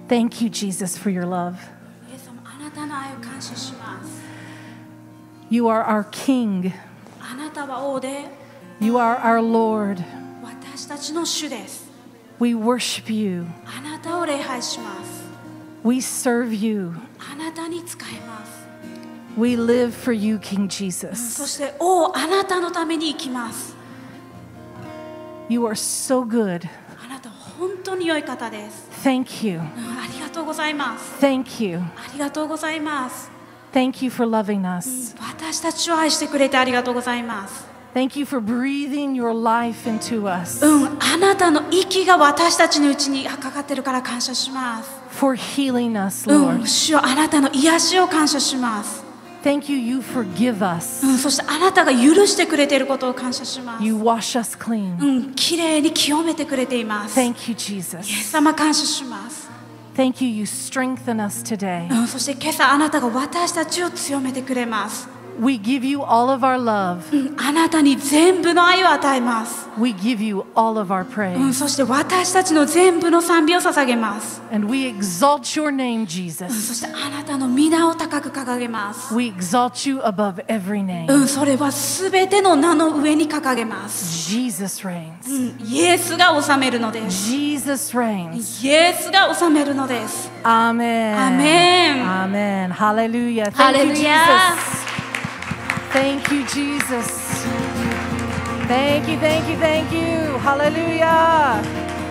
Thank you, Jesus, for your love. イエス様、あなたの愛を感謝します。 You are our King. あなたは王で、 You are our Lord. 私たちの主です。 We worship you. あなたを礼拝します。 We serve you. あなたに仕えます。 We live for you, King そ Jesus. して王、あなたのために生きます。 You are so good. あなたは本当に良い方です。 Thank you. ありがとうございます。 Thank you. ありがとうございます。 Thank you for loving us. 私たちを愛してくれてありがとうございます。 Thank you for breathing your life into us. あなたの息が私たちのうちにかかってるから感謝します。 For healing us, Lord. 主よ、あなたの癒しを感謝します。 Thank you, you forgive us. そしてあなたが許してくれていることを感謝します。 You wash us clean. きれいに清めてくれています。 Thank you, イエス Jesus. 様、感謝します。 Thank you, you strengthen us today. そして今朝あなたが私たちを強めてくれます。 We give you all of our love. あなたに全部の愛を与えます。 We give you all of our praise. そして私たちの全部の賛美を捧げます。 And we exalt your name, そ Jesus. してあなたの皆を高く掲げます。 We exalt you above every name. それはすべての名の上に掲げます。 Jesus reigns. イエスが治めるのです。 Jesus reigns. イエスが治めるのです。 Amen. Amen. Amen. Hallelujah. Thank you, Hallelujah. Jesus. Thank you, Jesus. Thank you, thank you, thank you. Hallelujah.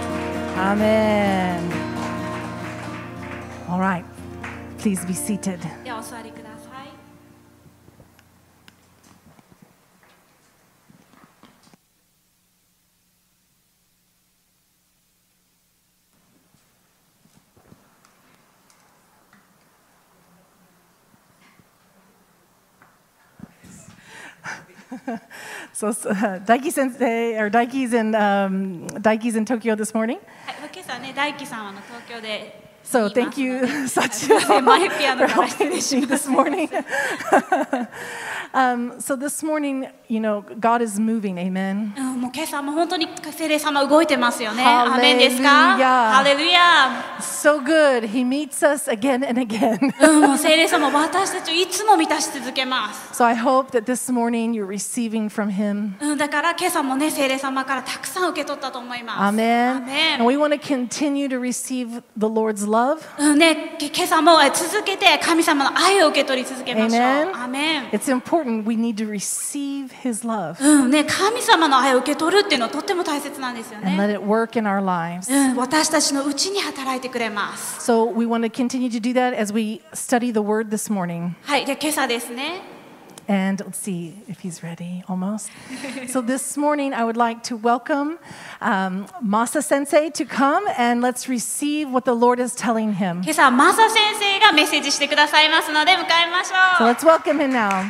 Amen. All right. Please be seated. ではお座りください。 So, Daiki sensei, or Daiki's in Tokyo this morning. はい、今朝ね、大輝さんは東京で。 So thank you, すい Sachi, ません、前ピアノ for から失 helping 礼し me ま this す。 morning. So this morning, you know, God is moving. Amen. もう今朝も本当に聖霊様動いてますよね。アーメンですか？ハレルヤ。 So good. He meets us again and again. もう聖霊様私たちをいつも満たし続けます。 So I hope that this morning you're receiving from Him. だから今朝もね、聖霊様からたくさん受け取ったと思います。 Amen. アーメン And we want to continue to receive the Lord's love. ね、今朝も続けて神様の愛を受け取り続けましょう。 Amen. アーメン。 It's important. We need to receive His love ね、神様の愛を受け取るっていうのはとっても大切なんですよ and let ね。 it work in our lives. 私たちのうちに働いてくれます。 So we want to continue to do that as we study the Word this morning. はい、で今朝ですね。 And let's see if he's ready almost. So this morning I would like to welcome Masa Sensei to come and let's receive what the Lord is telling him. 今朝はマサ先生がメッセージしてくださいますので迎えまし So ょう。 let's welcome him now.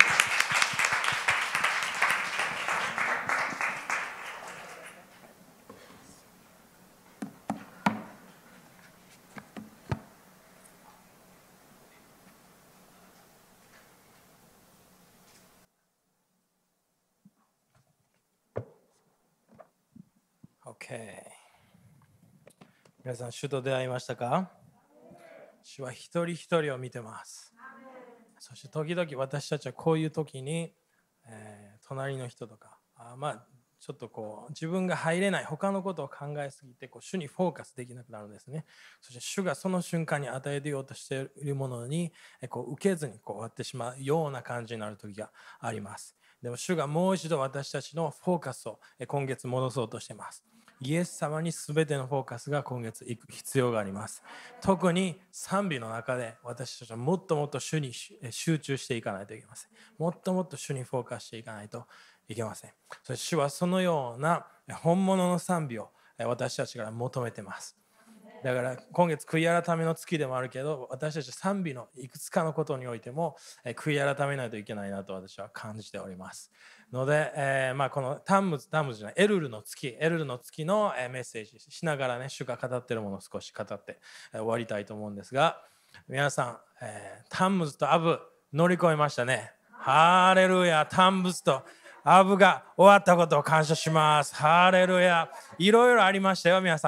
Okay. 皆さん、主と出会いましたか？主は一人一人を見てます。そして時々私たちはこういう時に、隣の人とか、ちょっとこう自分が入れない他のことを考えすぎて主にフォーカスできなくなるんですね。そして主がその瞬間に与えようとしているものに受けずに終わってしまうような感じになる時があります。でも主がもう一度私たちのフォーカスを今月戻そうとしています。イエス様に全てのフォーカスが今月行く必要があります。特に賛美の中で私たちはもっともっと主に集中していかないといけません。もっともっと主にフォーカスしていかないといけません。そして主はそのような本物の賛美を私たちから求めています。だから今月悔い改めの月でもあるけど、私たち賛美のいくつかのことにおいても悔い改めないといけないなと私は感じておりますので、このタンムズじゃないエルルの月のメッセージしながらね、主が語っているものを少し語って終わりたいと思うんですが、皆さん、タンムズとアブ乗り越えましたね。ハレルヤ。タンムズとアブが終わったことを感謝します。ハレルヤ。いろいろありましたよ皆さん。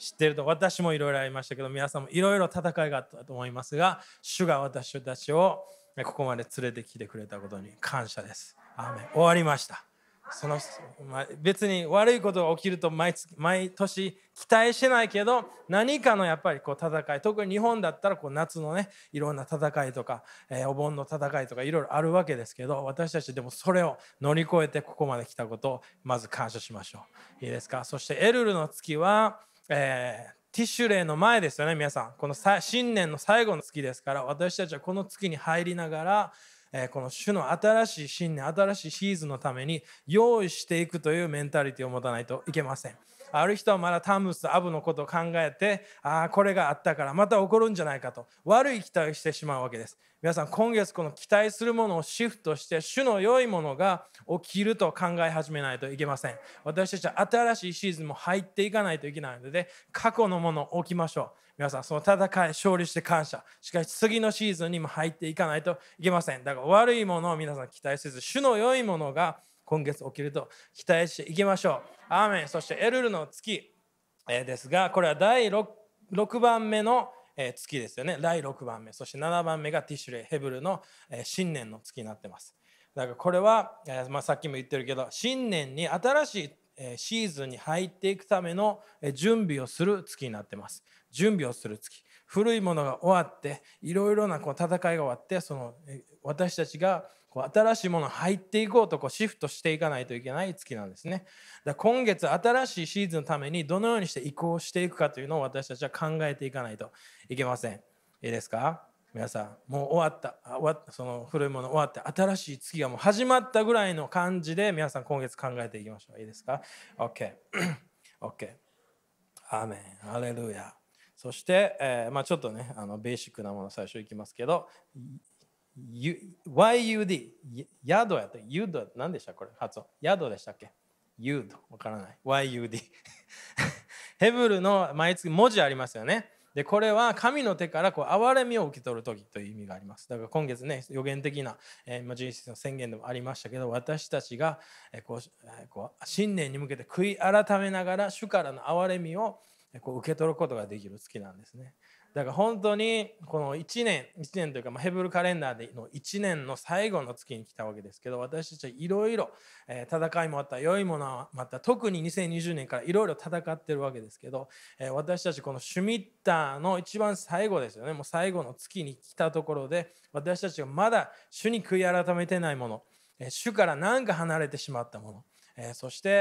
知っていると、私もいろいろありましたけど、皆さんもいろいろ戦いがあったと思いますが、主が私たちをここまで連れてきてくれたことに感謝です。アーメン。終わりました。別に悪いことが起きると毎年期待してないけど、何かのやっぱりこう戦い、特に日本だったらこう夏のね、いろんな戦いとか、お盆の戦いとかいろいろあるわけですけど、私たちでもそれを乗り越えてここまで来たことをまず感謝しましょう。いいですか。そしてエルルの月は、ティッシュレイの前ですよね。皆さん、この新年の最後の月ですから、私たちはこの月に入りながら、この主の新しい新年、新しいシーズンのために用意していくというメンタリティを持たないといけません。ある人はまだタムスとアブのことを考えて、これがあったからまた起こるんじゃないかと悪い期待をしてしまうわけです。皆さん、今月この期待するものをシフトして、主の良いものが起きると考え始めないといけません。私たちは新しいシーズンも入っていかないといけないので、過去のものを置きましょう。皆さん、その戦い勝利して感謝。しかし次のシーズンにも入っていかないといけません。だから悪いものを皆さん期待せず、主の良いものが今月起きると期待していきましょう。アーメン。そしてエルルの月ですが、これは第 6番目の月ですよね。第6番目。そして7番目がティッシュレイ、ヘブルの新年の月になっています。だからこれは、さっきも言ってるけど、新年に新しいシーズンに入っていくための準備をする月になっています。準備をする月。古いものが終わって、いろいろなこう戦いが終わって、私たちがこう新しいものに入っていこうとシフトしていかないといけない月なんですね。だから今月新しいシーズンのためにどのようにして移行していくかというのを私たちは考えていかないといけません。いいですか？皆さん、もう終わった、その古いもの終わって新しい月がもう始まったぐらいの感じで皆さん今月考えていきましょう。いいですか？ OK。OK。アーメン。ハレルヤ。そして、ちょっとね、ベーシックなもの最初いきますけど、YUD、宿やったっけ？ユド、何でしたこれ発音。宿でしたっけ？ユド、わからない。YUD。ヘブルの毎月文字ありますよね。で、これは神の手から憐れみを受け取る時という意味があります。だから今月ね、予言的な、人生の宣言でもありましたけど、私たちが新年に向けて悔い改めながら主からの憐れみを受け取ることができる月なんですね。だから本当にこの1年というか、ヘブルカレンダーでの1年の最後の月に来たわけですけど、私たちはいろいろ戦いもあった、良いものもあった、特に2020年からいろいろ戦ってるわけですけど、私たちこのシュミッターの一番最後ですよね、もう最後の月に来たところで、私たちがまだ主に悔い改めてないもの、主から何か離れてしまったもの、そして、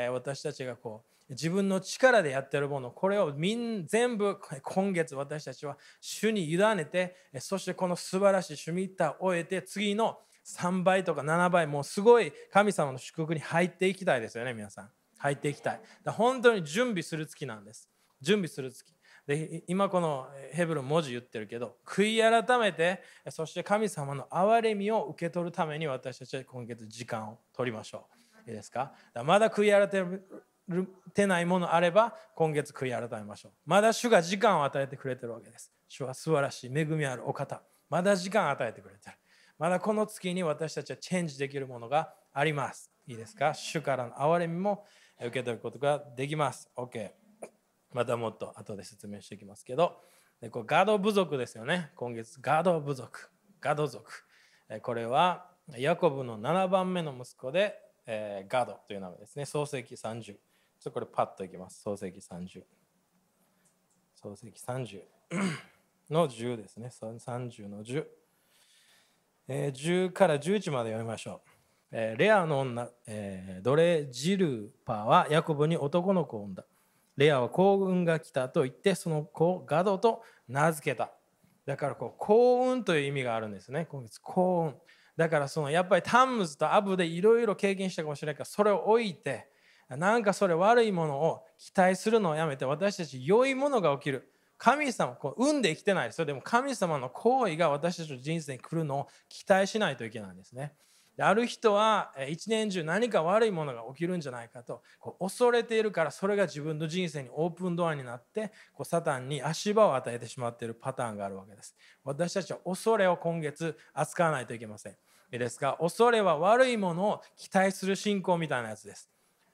私たちが自分の力でやってるもの、これを全部今月私たちは主に委ねて、そしてこの素晴らしいシュミッターを終えて、次の3倍とか7倍、もうすごい神様の祝福に入っていきたいですよね。皆さん入っていきたい。本当に準備する月なんです。準備する月で、今このヘブルの文字言ってるけど、悔い改めて、そして神様の憐れみを受け取るために私たちは今月時間を取りましょう。いいですか？まだ悔い改めないものあれば今月悔い改めましょう。まだ主が時間を与えてくれてるわけです。主は素晴らしい恵みあるお方。まだ時間を与えてくれてる。まだこの月に私たちはチェンジできるものがあります。いいですか？主からの憐れみも受け取ることができます。 OK。 またもっと後で説明していきますけど、これガド部族ですよね。今月ガド部族、ガド族、これはヤコブの7番目の息子で、ガドという名前ですね。創世記30。これパッといきます。創世記30。創世記30の10ですね。30の10。10から11まで読みましょう。レアの女、ドレジルパはヤコブに男の子を産んだ。レアは幸運が来たと言ってその子をガドと名付けた。だから幸運という意味があるんですね。今月幸運。だからやっぱりタンムズとアブでいろいろ経験したかもしれないから、それを置いてなんかそれ悪いものを期待するのをやめて、私たち良いものが起きる。神様運で生きてないですよ。でも神様の行為が私たちの人生に来るのを期待しないといけないんですね。である人は一年中何か悪いものが起きるんじゃないかと恐れているから、それが自分の人生にオープンドアになってサタンに足場を与えてしまっているパターンがあるわけです。私たちは恐れを今月扱わないといけません。いいですか？恐れは悪いものを期待する信仰みたいなやつです。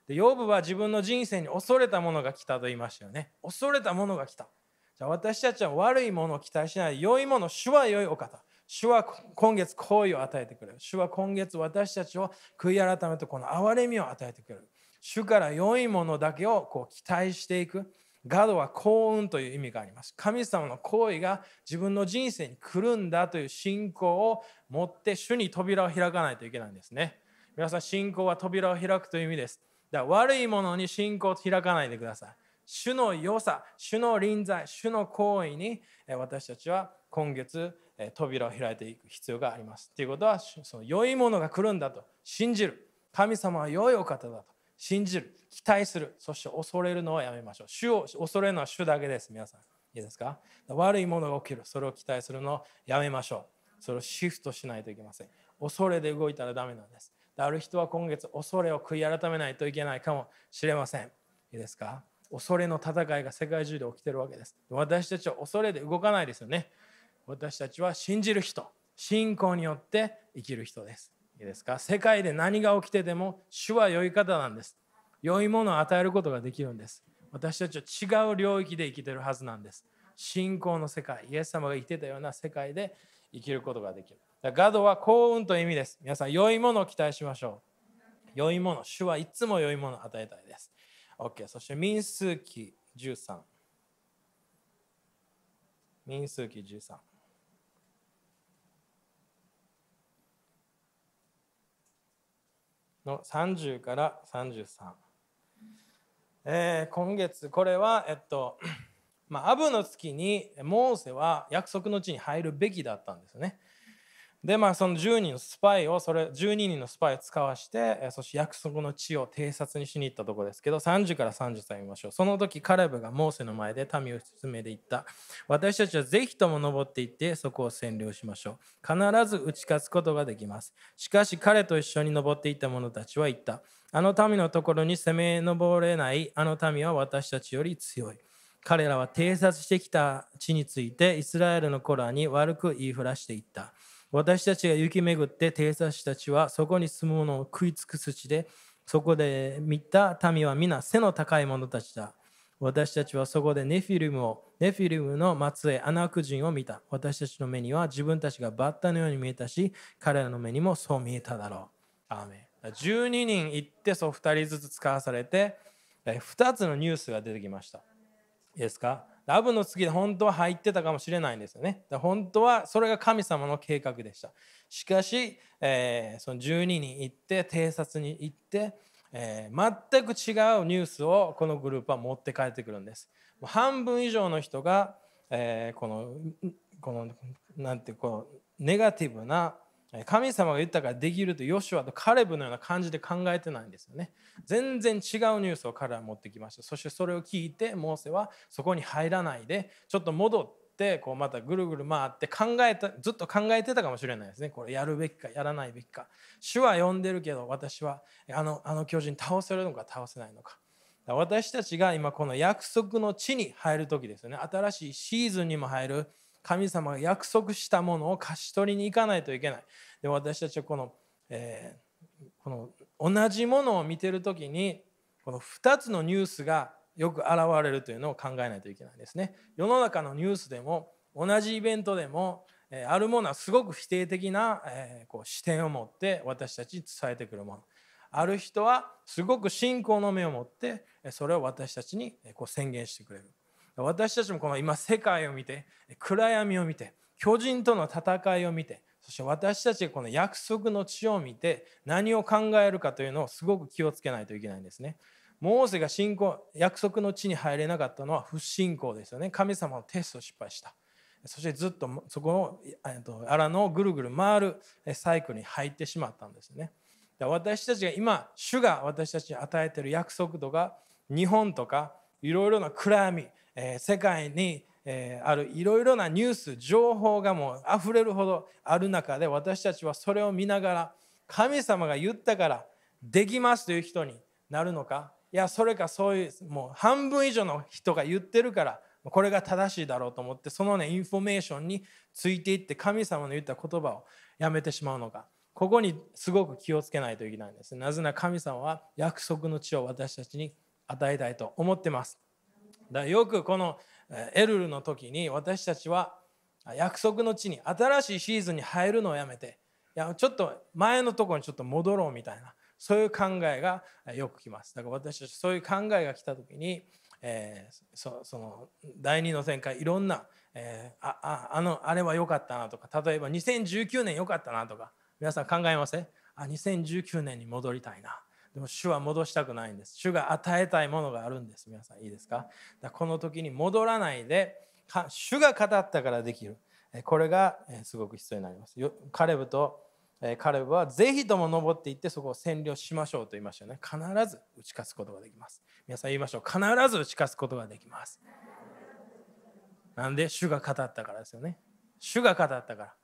でヨブは自分の人生に恐れたものが来たと言いましたよね。恐れたものが来た。じゃあ私たちは悪いものを期待しない。良いもの、主は良いお方。主は今月好意を与えてくれる。主は今月私たちを悔い改めてこの憐れみを与えてくれる。主から良いものだけを期待していく。ガドは幸運という意味があります。神様の行為が自分の人生に来るんだという信仰を持って主に扉を開かないといけないんですね。皆さん、信仰は扉を開くという意味です。だから悪いものに信仰を開かないでください。主の良さ、主の臨在、主の行為に私たちは今月扉を開いていく必要があります。ということは、その良いものが来るんだと信じる。神様は良いお方だと信じる。期待する。そして恐れるのをやめましょう。主を恐れるのは主だけです。皆さん。いいですか？悪いものが起きる。それを期待するのをやめましょう。それをシフトしないといけません。恐れで動いたらダメなんです。ある人は今月恐れを悔い改めないといけないかもしれません。いいですか？恐れの戦いが世界中で起きているわけです。私たちは恐れで動かないですよね。私たちは信じる人、信仰によって生きる人です。いいですか？世界で何が起きてでも主は良い方なんです。良いものを与えることができるんです。私たちは違う領域で生きているはずなんです。信仰の世界、イエス様が生きていたような世界で生きることができる。ガドは幸運という意味です。皆さん、良いものを期待しましょう。良いもの、主はいつも良いものを与えたいです。OK、そして民数記13。民数記13。の30から33。今月、これは、アブの月にモーセは約束の地に入るべきだったんですよね。で、その12人のスパイを使わして、そして約束の地を偵察にしに行ったところですけど、30から33見ましょう。その時、カレブがモーセの前で民を進めていった。私たちはぜひとも登っていって、そこを占領しましょう。必ず打ち勝つことができます。しかし、彼と一緒に登っていった者たちは言った。あの民のところに攻め上れないあの民は私たちより強い。彼らは偵察してきた地についてイスラエルの子らに悪く言いふらしていった。私たちが行き巡って偵察したちはそこに住む者を食い尽くす地で、そこで見た民は皆背の高い者たちだ。私たちはそこでネフィルムの末裔アナク人を見た。私たちの目には自分たちがバッタのように見えたし、彼らの目にもそう見えただろう。アーメン。12人行ってそう2人ずつ使わされて2つのニュースが出てきました。いいですか？アブの次で本当は入ってたかもしれないんですよね。本当はそれが神様の計画でした。しかし、その12人行って偵察に行って、全く違うニュースをこのグループは持って帰ってくるんです。半分以上の人が、このなんてこうネガティブな神様が言ったからできるとヨシュアとカレブのような感じで考えてないんですよね。全然違うニュースを彼らは持ってきました。そしてそれを聞いてモーセはそこに入らないでちょっと戻ってこうまたぐるぐる回ってずっと考えてたかもしれないですね。これやるべきかやらないべきか。主は呼んでるけど私はあの巨人倒せるのか倒せないのか。私たちが今この約束の地に入る時ですよね。新しいシーズンにも入る。神様が約束したものを勝ち取りに行かないといけない。で、私たちはこの同じものを見ているときにこの2つのニュースがよく現れるというのを考えないといけないですね。世の中のニュースでも同じイベントでもあるものはすごく否定的な視点を持って私たちに伝えてくるもの。ある人はすごく信仰の目を持ってそれを私たちに宣言してくれる。私たちもこの今世界を見て暗闇を見て巨人との戦いを見てそして私たちがこの約束の地を見て何を考えるかというのをすごく気をつけないといけないんですね。モーセが約束の地に入れなかったのは不信仰ですよね。神様のテストを失敗した。そしてずっとそこの荒野をぐるぐる回るサイクルに入ってしまったんですね。私たちが今主が私たちに与えている約束とか日本とかいろいろな暗闇世界にあるいろいろなニュース情報がもう溢れるほどある中で私たちはそれを見ながら神様が言ったからできますという人になるのか、いやそれかそういうもう半分以上の人が言ってるからこれが正しいだろうと思ってそのインフォメーションについていって神様の言った言葉をやめてしまうのか、 ここにすごく気をつけないといけないんです。なぜなら神様は約束の地を私たちに与えたいと思ってます。だからよくこのエルルの時に私たちは約束の地に新しいシーズンに入るのをやめて、いやちょっと前のところにちょっと戻ろうみたいな、そういう考えがよく来ます。だから私たちそういう考えが来た時に、その第二の展開いろんな、あれは良かったなとか、例えば2019年良かったなとか皆さん考えません？2019年に戻りたいな。でも主は戻したくないんです。主が与えたいものがあるんです。皆さんいいですか？だからこの時に戻らないで、主が語ったからできる。これがすごく必要になります。カレブはぜひとも登っていってそこを占領しましょうと言いましたよね。必ず打ち勝つことができます。皆さん言いましょう。必ず打ち勝つことができます。なんで主が語ったからですよね。主が語ったから。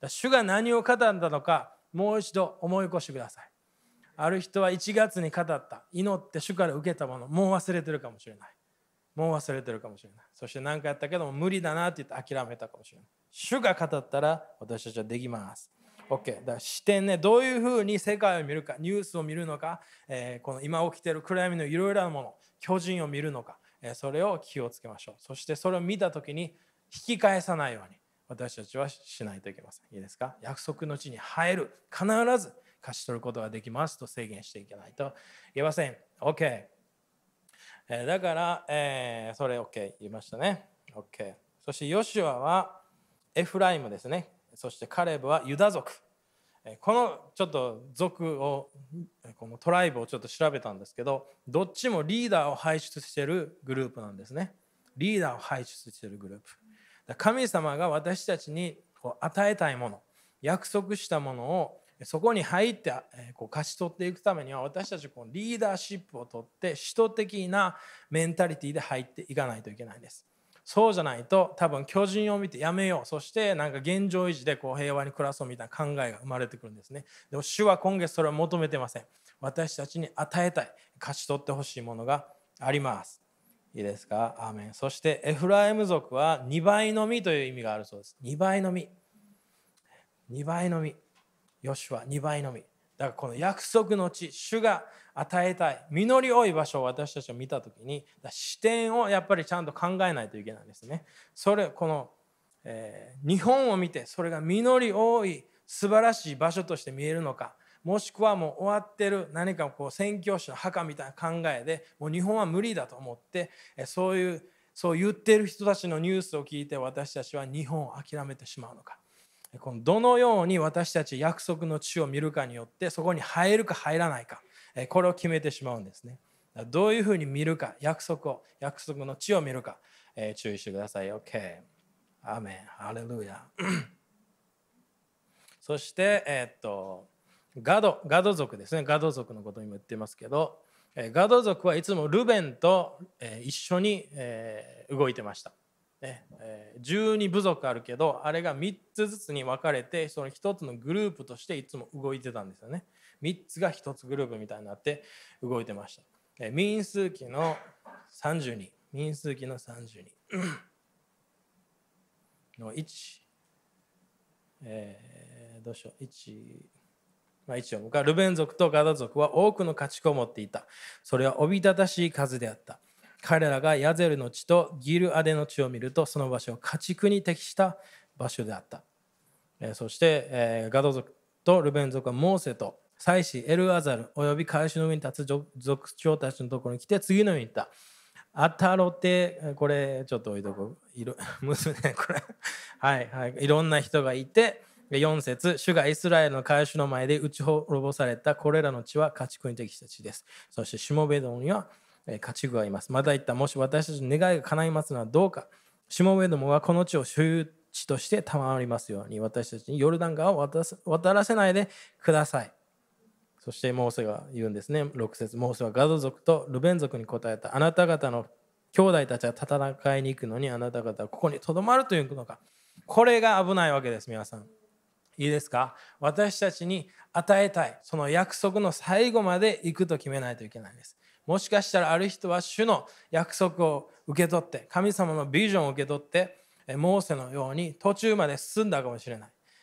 主が何を語ったのかもう一度思い起こしてください。ある人は1月に語った祈って主から受けたもの、もう忘れてるかもしれない。そして何かやったけども無理だなって言って諦めたかもしれない。主が語ったら私たちはできます。OK。だから視点ね、どういうふうに世界を見るか、ニュースを見るのか、この今起きている暗闇のいろいろなもの、巨人を見るのか、それを気をつけましょう。そしてそれを見たときに引き返さないように私たちはしないといけません。いいですか？約束の地に入る、必ず勝ち取ることができますと宣言していけないと言えません。OK。だから、それ OK 言いましたね。OK。そしてヨシュアはエフライムですね。そしてカレブはユダ族。このちょっと族を、このトライブをちょっと調べたんですけど、どっちもリーダーを輩出しているグループなんですね。リーダーを輩出しているグループ。神様が私たちに与えたいもの、約束したものをそこに入って勝ち取っていくためには、私たちリーダーシップを取って使徒的なメンタリティーで入っていかないといけないんです。そうじゃないと多分巨人を見てやめよう、そしてなんか現状維持で平和に暮らそうみたいな考えが生まれてくるんですね。でも主は今月それを求めてません。私たちに与えたい、勝ち取ってほしいものがあります。いいですか？アーメン。そしてエフライム族は2倍の実という意味があるそうです。2倍の実、2倍の実、ヨシュア2倍の実。だからこの約束の地、主が与えたい実り多い場所を私たちを見たときに、視点をやっぱりちゃんと考えないといけないんですね。この、日本を見てそれが実り多い素晴らしい場所として見えるのか、もしくはもう終わってる何か宣教師の墓みたいな考えでもう日本は無理だと思って、そう言っている人たちのニュースを聞いて私たちは日本を諦めてしまうのか。どのように私たち約束の地を見るかによってそこに入るか入らないか、これを決めてしまうんですね。どういうふうに見るか、約束の地を見るか、注意してください。 OK。 アーメン、ハレルヤ。そしてガド族ですね。ガド族のことにも言ってますけど、ガド族はいつもルベンと一緒に動いてました。12部族あるけど、あれが3つずつに分かれて、その1つのグループとしていつも動いてたんですよね。3つが1つグループみたいになって動いてました。民数記の32の1、どうしよう、1をルベン族とガド族は多くの家畜を持っていた。それはおびただしい数であった。彼らがヤゼルの地とギルアデの地を見ると、その場所は家畜に適した場所であった。そして、ガド族とルベン族はモーセと祭司エルアザルおよび会衆の上に立つ族長たちのところに来て次のように言った。アタロテ、これちょっと置いとこう、娘ね、これいろんな人がいて、4節、主がイスラエルの会衆の前で打ち滅ぼされたこれらの地は家畜に適した地です。そしてしもべどもには家畜がいます。また言った。もし私たちの願いが叶いますのはどうか、しもべどもはこの地を所有地として賜りますように、私たちにヨルダン川を渡らせないでください。そしてモーセが言うんですね。6節、モーセはガド族とルベン族に答えた。あなた方の兄弟たちは戦いに行くのに、あなた方はここにとどまるというのか。これが危ないわけです。皆さんいいですか？私たちに与えたいその約束の最後まで行くと決めないといけないんです。もしかしたらある人は主の約束を受け取って、神様のビジョンを受け取って、モーセのように途中まで進んだかもしれない。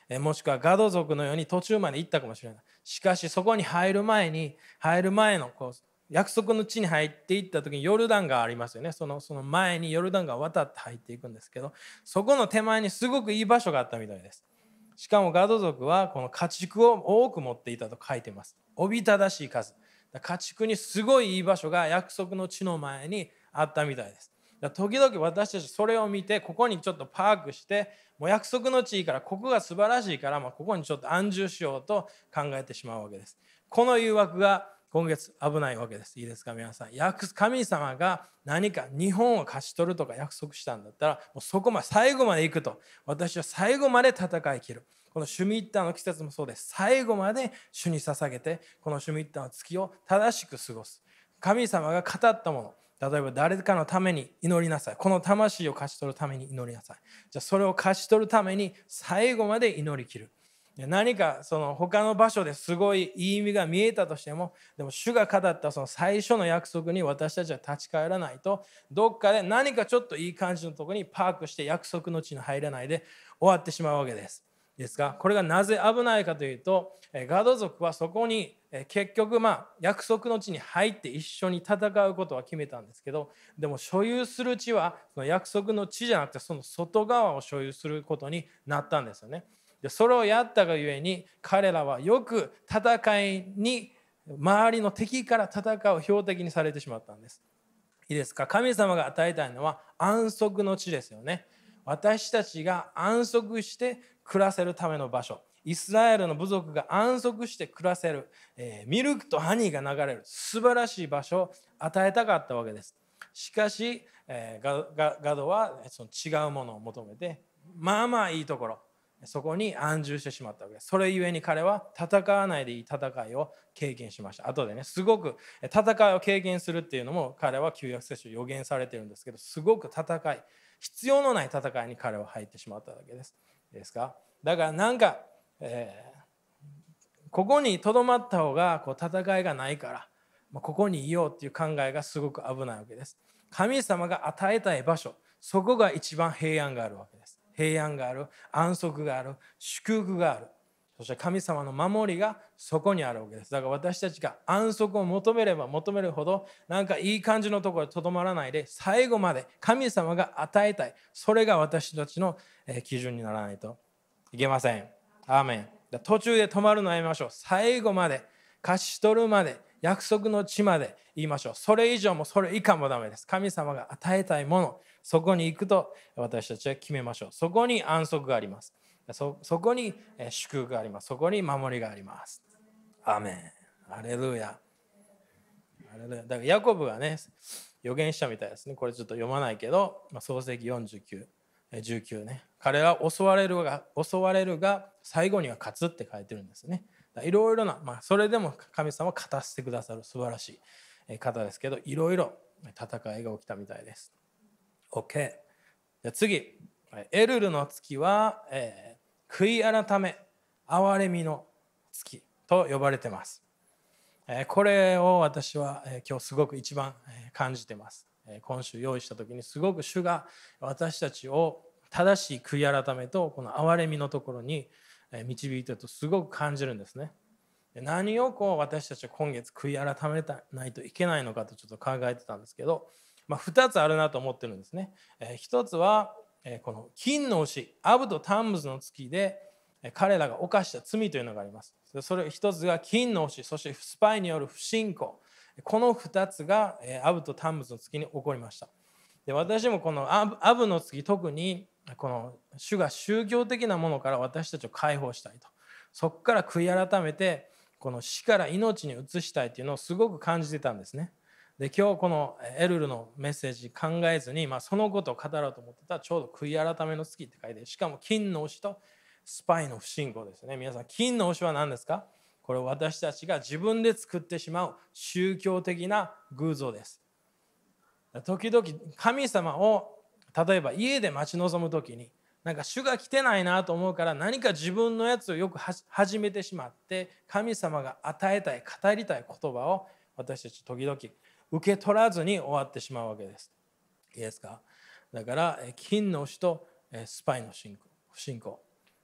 もしくはガド族のように途中まで行ったかもしれない。しかしそこに入る前の約束の地に入っていった時にヨルダン川ありますよね。その前にヨルダン川を渡って入っていくんですけど、そこの手前にすごくいい場所があったみたいです。しかもガド族はこの家畜を多く持っていたと書いています。おびただしい数。家畜にすごいいい場所が約束の地の前にあったみたいです。時々私たちそれを見て、ここにちょっとパークして、もう約束の地からここが素晴らしいから、ここにちょっと安住しようと考えてしまうわけです。この誘惑が今月危ないわけです。いいですか皆さん。神様が何か日本を勝ち取るとか約束したんだったら、もうそこまで最後まで行くと。私は最後まで戦い切る。このシュミッターの季節もそうです。最後まで主に捧げて、このシュミッターの月を正しく過ごす。神様が語ったもの、例えば誰かのために祈りなさい。この魂を勝ち取るために祈りなさい。じゃあそれを勝ち取るために最後まで祈り切る。何かその他の場所ですごいいい意味が見えたとしても、でも主が語ったその最初の約束に私たちは立ち返らないと、どっかで何かちょっといい感じのところにパークして約束の地に入らないで終わってしまうわけです。ですか？これがなぜ危ないかというと、ガド族はそこに結局約束の地に入って一緒に戦うことは決めたんですけど、でも所有する地はその約束の地じゃなくてその外側を所有することになったんですよね。でそれをやったがゆえに彼らはよく戦いに周りの敵から戦う標的にされてしまったんです。いいですか？神様が与えたいのは安息の地ですよね。私たちが安息して暮らせるための場所、イスラエルの部族が安息して暮らせる、ミルクとハニーが流れる素晴らしい場所を与えたかったわけです。しかし、ガドはその違うものを求めていいところ、そこに安住してしまったわけです。それゆえに彼は戦わないでいい戦いを経験しました。後でね、すごく戦いを経験するっていうのも彼は旧約聖書予言されてるんですけど、すごく必要のない戦いに彼は入ってしまったわけです。ですか？だからここにとどまった方が戦いがないから、ここにいようっていう考えがすごく危ないわけです。神様が与えたい場所、そこが一番平安があるわけです。平安がある、安息がある、祝福がある。そして神様の守りがそこにあるわけです。だから私たちが安息を求めれば求めるほど、いい感じのところでとどまらないで、最後まで神様が与えたい、それが私たちの基準にならないといけません。アーメン。途中で止まるのやめましょう。最後まで、勝ち取るまで、約束の地まで言いましょう。それ以上もそれ以下もダメです。神様が与えたいもの、そこに行くと私たちは決めましょう。そこに安息があります。そこに祝福があります。そこに守りがあります。アーメン。ハレルヤ。だからヤコブがね、予言したみたいですね。これちょっと読まないけど、創世記49、19ね。彼は襲われるが最後には勝つって書いてるんですね。いろいろな、それでも神様は勝たせてくださる素晴らしい方ですけど、いろいろ戦いが起きたみたいです。OK。じゃあ次、エルルの月は、悔い改め、憐れみの月と呼ばれてます。これを私は今日すごく一番感じてます。今週用意した時にすごく主が私たちを正しい悔い改めとこの憐れみのところに導いているとすごく感じるんですね。何を私たちは今月悔い改めないといけないのかとちょっと考えてたんですけど、2つあるなと思ってるんですね。一つはこの金の牛アブとタンムズの月で彼らが犯した罪というのがあります。それ一つが金の牛、そしてスパイによる不信仰。この2つがアブとタンムズの月に起こりました。で私もこのアブの月、特にこの主が宗教的なものから私たちを解放したいと、そこから悔い改めてこの死から命に移したいというのをすごく感じてたんですね。で今日このエルルのメッセージ考えずに、そのことを語ろうと思ってたらちょうど悔い改めの月って書いて、しかも金の牛とスパイの不信仰ですね。皆さん、金の牛は何ですか？これ私たちが自分で作ってしまう宗教的な偶像です。時々神様を例えば家で待ち望む時に主が来てないなと思うから何か自分のやつをよく始めてしまって、神様が与えたい語りたい言葉を私たち時々受け取らずに終わってしまうわけです。いいですか？だから金の牛とスパイの不信仰。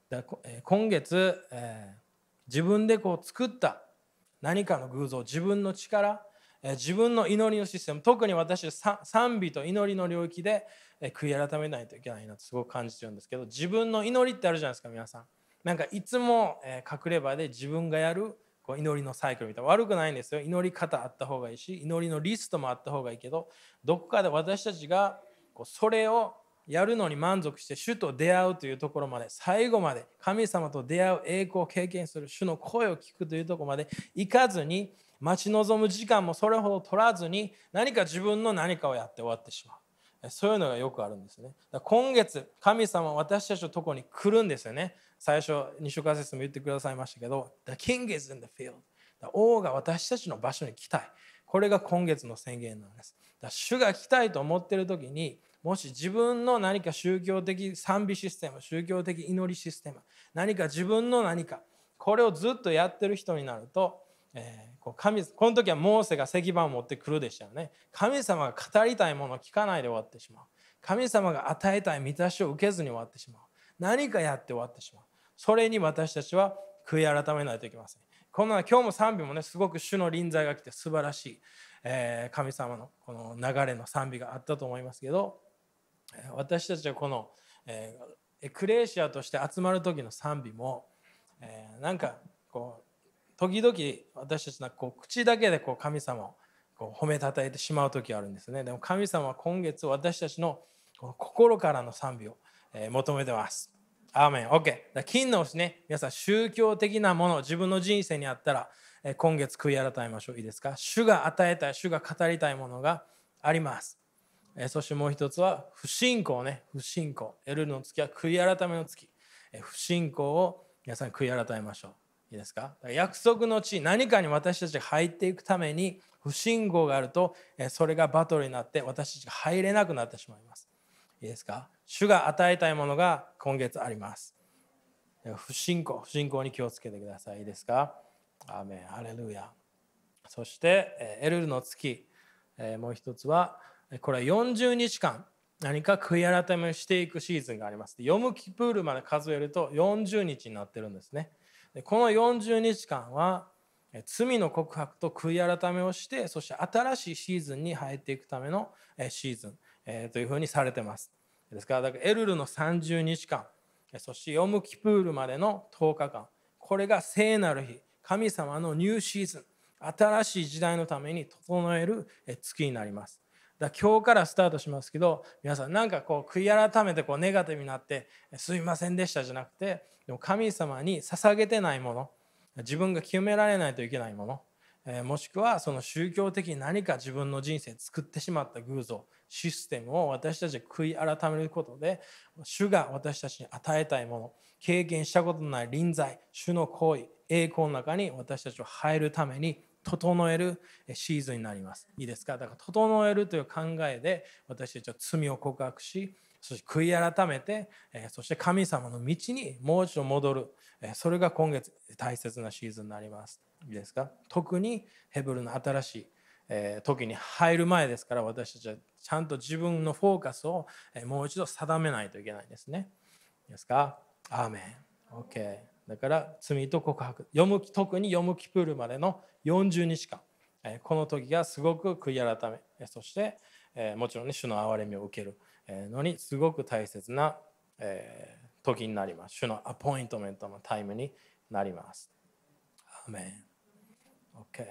今月、自分でこう作った何かの偶像、自分の力、自分の祈りのシステム、特に私賛美と祈りの領域で悔い改めないといけないなとすごく感じてるんですけど、自分の祈りってあるじゃないですか皆さん。なんかいつも隠れ場で自分がやるこう祈りのサイクルみたいな、悪くないんですよ。祈り方あった方がいいし、祈りのリストもあった方がいいけど、どこかで私たちがこうそれをやるのに満足して主と出会うというところまで、最後まで神様と出会う栄光を経験する、主の声を聞くというところまで行かずに、待ち望む時間もそれほど取らずに、何か自分の何かをやって終わってしまう。そういうのがよくあるんですね。だから今月神様は私たちのところに来るんですよね。最初西岡先生も言ってくださいましたけど、The King is in the field。王が私たちの場所に来たい。これが今月の宣言なんです。だから主が来たいと思っている時に、もし自分の何か宗教的賛美システム、宗教的祈りシステム、何か自分の何か、これをずっとやってる人になると、この時はモーセが石板を持ってくるでしたよね。神様が語りたいものを聞かないで終わってしまう。神様が与えたい満たしを受けずに終わってしまう。何かやって終わってしまう。それに私たちは悔い改めないといけません。今日も賛美もね、すごく主の臨在が来て素晴らしい、神様のこの流れの賛美があったと思いますけど、私たちはこの、エクレシアとして集まる時の賛美も、なんかこう時々私たちのこう口だけでこう神様をこう褒めたたえてしまう時あるんですね。でも神様は今月私たちのこの心からの賛美を求めてます。アーメン。 OK。 金のですね、皆さん宗教的なもの自分の人生にあったら今月悔い改めましょう。いいですか。主が与えたい、主が語りたいものがあります。そしてもう一つは不信仰ね。不信仰。エルの月は悔い改めの月。不信仰を皆さん悔い改めましょう。いいですか。約束の地、何かに私たちが入っていくために不信仰があると、それがバトルになって私たちが入れなくなってしまいます。いいですか。主が与えたいものが今月あります。不信仰に気をつけてください。いいですか。アーメン。ハレルヤ。そしてエルルの月、もう一つはこれは40日間何か悔い改めをしていくシーズンがあります。ヨムキプールまで数えると40日になってるんですね。この40日間は罪の告白と悔い改めをして、そして新しいシーズンに入っていくためのシーズンというふうにされてます。ですから、エルルの30日間、そしてヨムキプールまでの10日間、これが聖なる日、神様のニューシーズン、新しい時代のために整える月になります。だから今日からスタートしますけど、皆さんなんかこう悔い改めてこうネガティブになってすいませんでしたじゃなくて、でも神様に捧げてないもの、自分が決められないといけないもの、もしくはその宗教的に何か自分の人生作ってしまった偶像システムを私たちが悔い改めることで、主が私たちに与えたいもの、経験したことのない臨在、主の行為、栄光の中に私たちは入るために整えるシーズンになります。いいですか。だから整えるという考えで私たちは罪を告白し、そして悔い改めて、そして神様の道にもう一度戻る、それが今月大切なシーズンになります。いいですか。特にヘブルの新しい時に入る前ですから、私たちはちゃんと自分のフォーカスをもう一度定めないといけないですね。いいですか。アーメン。 OK。だから罪と告白、特にヨムキプールまでの40日間、この時がすごく悔い改め、そしてもちろんね主の憐れみを受けるのにすごく大切な時になります。主のアポイントメントのタイムになります。アーメン。 OK。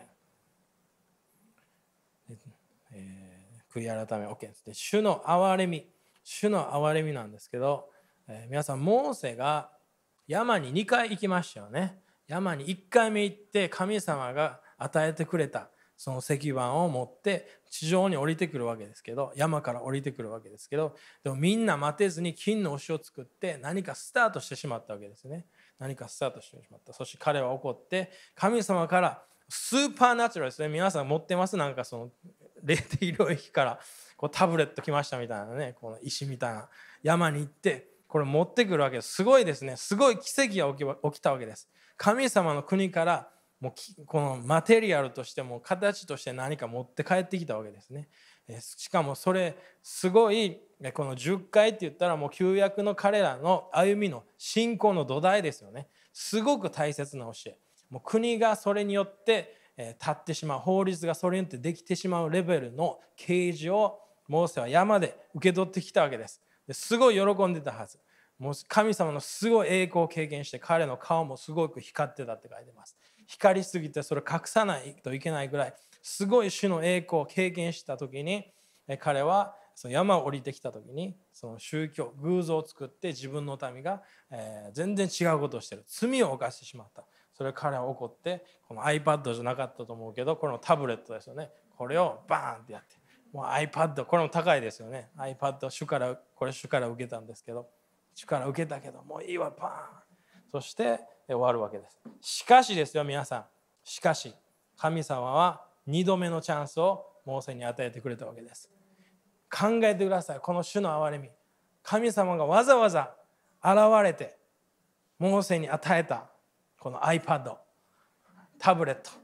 悔い改め OK です。で、主の憐れみなんですけど、皆さんモーセが山に2回行きましたよね。山に1回目行って神様が与えてくれたその石板を持って地上に降りてくるわけですけど、山から降りてくるわけですけど、でもみんな待てずに金の牛を作って何かスタートしてしまったわけですね。何かスタートしてしまった。そして彼は怒って神様からスーパーナチュラルですね。皆さん持ってます？なんかその霊的領域からこうタブレット来ましたみたいなね、この石みたいな山に行ってこれ持ってくるわけです。すごいですね。すごい奇跡が起きたわけです。神様の国からもうこのマテリアルとしても形として何か持って帰ってきたわけですね。 しかもそれすごいこの10回って言ったらもう旧約の彼らの歩みの信仰の土台ですよね。すごく大切な教え。もう国がそれによって立ってしまう、法律がそれによってできてしまうレベルの啓示をモーセは山で受け取ってきたわけです。すごい喜んでたはず。もう神様のすごい栄光を経験して彼の顔もすごく光ってたって書いてます。光りすぎてそれを隠さないといけないぐらいすごい主の栄光を経験した時に彼はその山を降りてきた時にその宗教偶像を作って自分の民が全然違うことをしている罪を犯してしまった。それ彼は怒ってこの iPad じゃなかったと思うけどこのタブレットですよね。これをバーンってやってもう iPad これも高いですよね。 iPad 主から受けたんですけど主から受けたけどもういいわバーンそして終わるわけです。しかしですよ皆さんしかし神様は2度目のチャンスをモーセに与えてくれたわけです。考えてください。この主の憐れみ神様がわざわざ現れてモーセに与えたこの iPad タブレット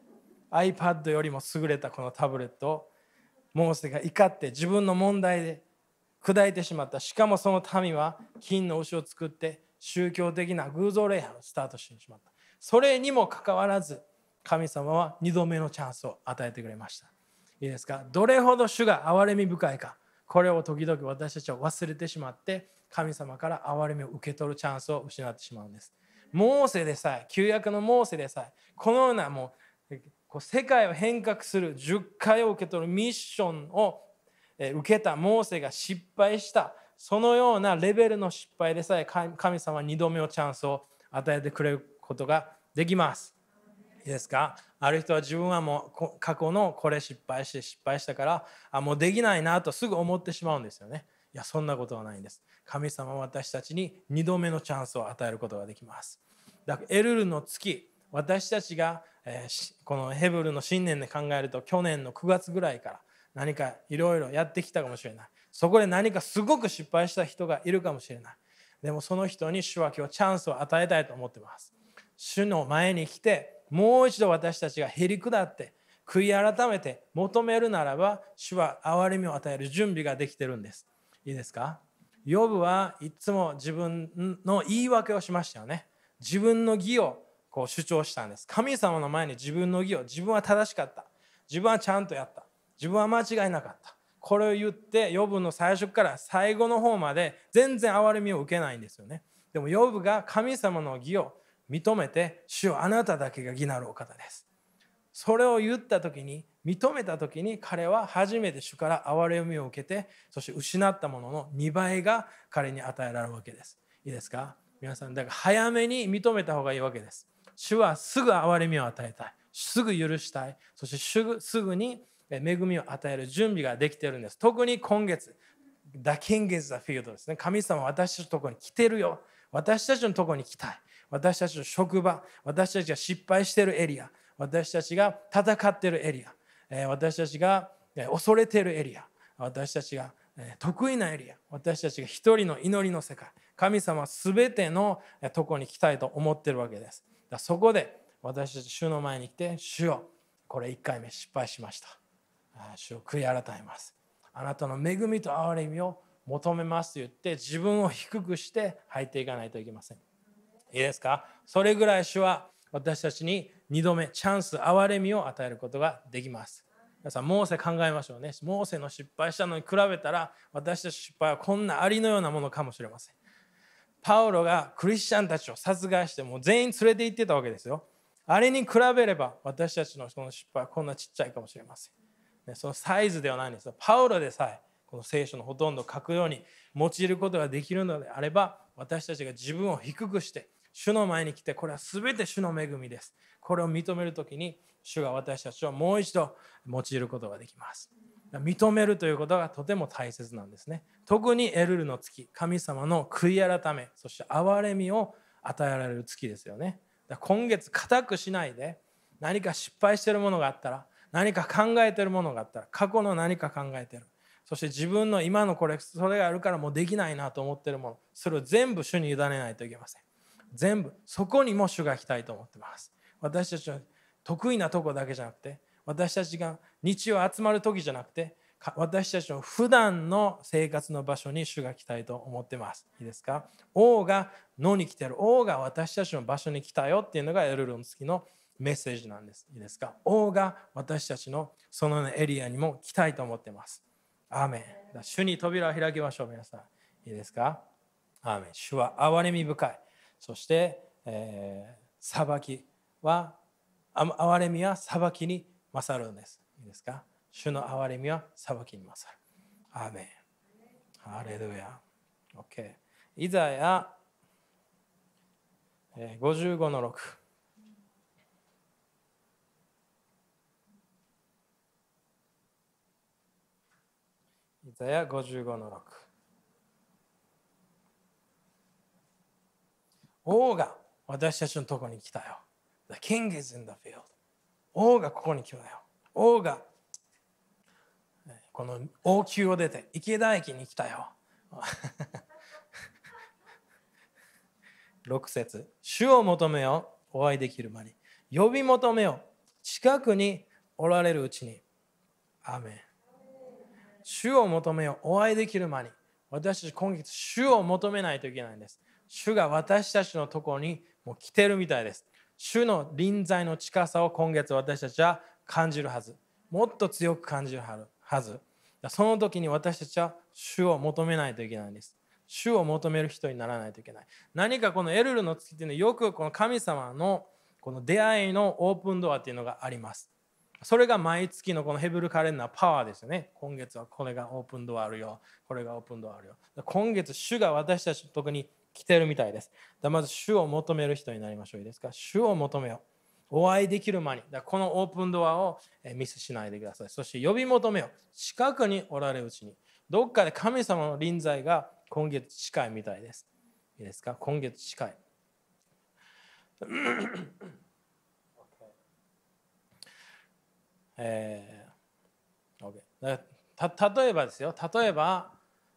iPad よりも優れたこのタブレットをモーセが怒って自分の問題で砕いてしまった。しかもその民は金の牛を作って宗教的な偶像礼拝をスタートしてしまった。それにもかかわらず神様は2度目のチャンスを与えてくれました。いいですか。どれほど主が憐れみ深いかこれを時々私たちは忘れてしまって神様から憐れみを受け取るチャンスを失ってしまうんです。モーセでさえ旧約のモーセでさえこのようなもう世界を変革する10回を受け取るミッションを受けたモーセが失敗したそのようなレベルの失敗でさえ神様は2度目のチャンスを与えてくれることができます。いいですか。ある人は自分はもう過去のこれ失敗したからもうできないなとすぐ思ってしまうんですよね。いやそんなことはないんです。神様は私たちに2度目のチャンスを与えることができます。だからエルルの月私たちがこのヘブルの新年で考えると去年の9月ぐらいから何かいろいろやってきたかもしれない。そこで何かすごく失敗した人がいるかもしれない。でもその人に主は今日チャンスを与えたいと思ってます。主の前に来てもう一度私たちがへり下って悔い改めて求めるならば主は憐れみを与える準備ができてるんです。いいですか。ヨブはいつも自分の言い訳をしましたよね。自分の義を主張したんです。神様の前に自分の義を自分は正しかった自分はちゃんとやった自分は間違いなかったこれを言ってヨブの最初から最後の方まで全然憐れみを受けないんですよね。でもヨブが神様の義を認めて主よあなただけが義なるお方ですそれを言った時に認めた時に彼は初めて主から憐れみを受けてそして失ったものの2倍が彼に与えられるわけです。いいですか。皆さんだから早めに認めた方がいいわけです。主はすぐ憐れみを与えたいすぐ許したいそしてすぐに恵みを与える準備ができているんです。特に今月 The King is the field ですね。神様は私たちのところに来てるよ私たちのところに来たい私たちの職場私たちが失敗しているエリア私たちが戦っているエリア私たちが恐れているエリア私たちが得意なエリア私たちが一人の祈りの世界神様は全てのところに来たいと思っているわけです。そこで私たち主の前に来て主よこれ1回目失敗しました主を悔い改めますあなたの恵みと憐れみを求めますと言って自分を低くして入っていかないといけません。いいですか。それぐらい主は私たちに2度目チャンス憐れみを与えることができます。皆さんモーセ考えましょうね。モーセの失敗したのに比べたら私たちの失敗はこんなアリのようなものかもしれません。パウロがクリスチャンたちを殺害してもう全員連れて行ってたわけですよ。あれに比べれば私たちのその失敗はこんなちっちゃいかもしれません。そのサイズではないんですよ。パウロでさえこの聖書のほとんど書くように用いることができるのであれば私たちが自分を低くして主の前に来てこれは全て主の恵みですこれを認めるときに主が私たちをもう一度用いることができます。認めるということがとても大切なんですね。特にエルルの月神様の悔い改めそして憐れみを与えられる月ですよね。今月固くしないで何か失敗しているものがあったら何か考えているものがあったら過去の何か考えているそして自分の今のそれがあるからもうできないなと思っているものそれを全部主に委ねないといけません。全部そこにも主が来たいと思ってます。私たちは得意なとこだけじゃなくて私たちが日曜集まる時じゃなくて私たちの普段の生活の場所に主が来たいと思ってます。いいですか？王が野に来てる。王が私たちの場所に来たよっていうのがエルルの月のメッセージなんです。いいですか？王が私たちのそのエリアにも来たいと思ってます。アーメン。主に扉を開きましょう、皆さん。いいですか？アーメン。主は憐れみ深い。そして、裁きは、憐れみは裁きに勝るんです。いいですか？主の憐れみは裁きに勝る。アーメン。ハレルヤ。OK。イザヤ55の6。イザヤ55の6。王が私たちのところに来たよ。The king is in the field. 王がここに来たよ。王がこの王宮を出て池田駅に来たよ。6節。主を求めよ、お会いできる間に。呼び求めよ、近くにおられるうちに。アーメン。主を求めよ、お会いできる間に。私たち今月主を求めないといけないんです。主が私たちのところにもう来てるみたいです。主の臨在の近さを今月私たちは感じるはず。もっと強く感じるはず。その時に私たちは主を求めないといけないんです。主を求める人にならないといけない。何かこのエルルの月っていうのはよくこの神様のこの出会いのオープンドアっていうのがあります。それが毎月のこのヘブルカレンダーパワーですよね。今月はこれがオープンドアあるよ。これがオープンドアあるよ。今月主が私たちのところに来てるみたいです。まず主を求める人になりましょう。いいですか？主を求めよう。お会いできる間に。このオープンドアをミスしないでください。そして呼び求めよう。近くにおられるうちに。どっかで神様の臨在が今月近いみたいです。いいですか？今月近い。例えばですよ。例えば、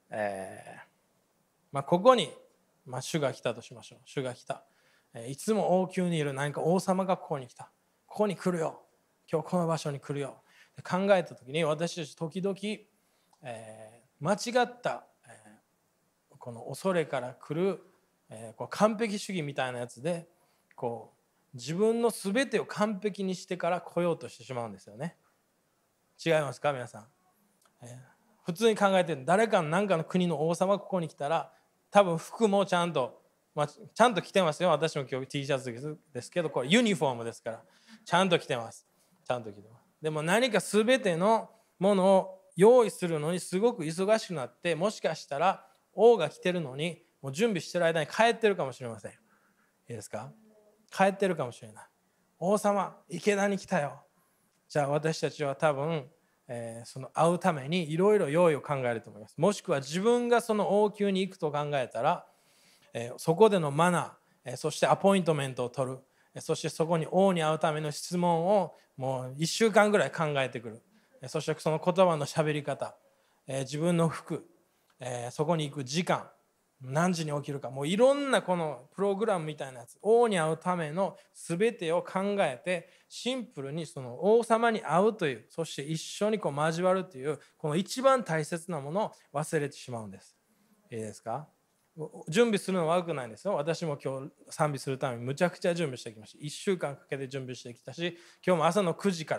ここに、主が来たとしましょう。主が来た。いつも王宮にいる何か王様がここに来た。ここに来るよ。今日この場所に来るよ。考えたときに私たち時々、間違った、この恐れから来る、完璧主義みたいなやつで自分の全てを完璧にしてから来ようとしてしまうんですよね。違いますか皆さん？普通に考えて誰かの何かの国の王様がここに来たら多分服もちゃんと着てますよ。私も今日 T シャツですけどこれユニフォームですからちゃんと着てます。ちゃんと着てます。でも何か全てのものを用意するのにすごく忙しくなってもしかしたら王が来てるのにもう準備してる間に帰ってるかもしれません。いいですか？帰ってるかもしれない。王様池田に来たよ。じゃあ私たちは多分、その会うためにいろいろ用意を考えると思います。もしくは自分がその王宮に行くと考えたら、そこでのマナー、そしてアポイントメントを取る、そしてそこに王に会うための質問をもう1週間ぐらい考えてくる。そしてその言葉のしゃべり方、自分の服、そこに行く時間、何時に起きるか、もういろんなこのプログラムみたいなやつ、王に会うための全てを考えてシンプルにその王様に会うという、そして一緒に交わるというこの一番大切なものを忘れてしまうんです。いいですか？準備するのは悪くないんですよ。私も今日賛美するためにむちゃくちゃ準備してきました。1週間かけて準備してきたし、今日も朝の9時から、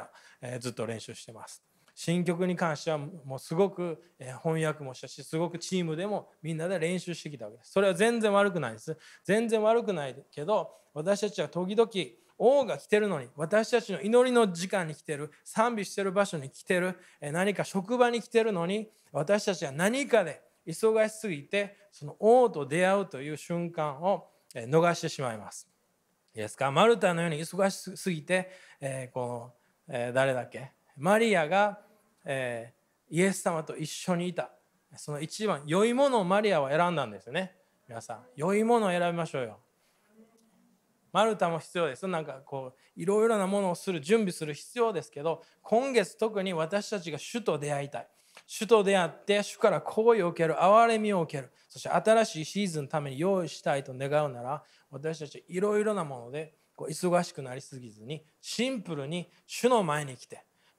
ずっと練習してます。新曲に関してはもうすごく翻訳もしたし、すごくチームでもみんなで練習してきたわけです。それは全然悪くないです。全然悪くないけど、私たちは時々王が来てるのに、私たちの祈りの時間に来てる、賛美してる場所に来てる、何か職場に来てるのに、私たちは何かで忙しすぎてその王と出会うという瞬間を逃してしまいます。いいですか？マルタのように忙しすぎて、誰だっけ？マリアが、イエス様と一緒にいたその一番良いものをマリアは選んだんですよね。皆さん良いものを選びましょうよ。マルタも必要です。なんかいろいろなものをする準備する必要ですけど、今月特に私たちが主と出会いたい。主と出会って主から好意を受ける、憐れみを受ける、そして新しいシーズンのために用意したいと願うなら、私たちいろいろなもので忙しくなりすぎずにシンプルに主の前に来て、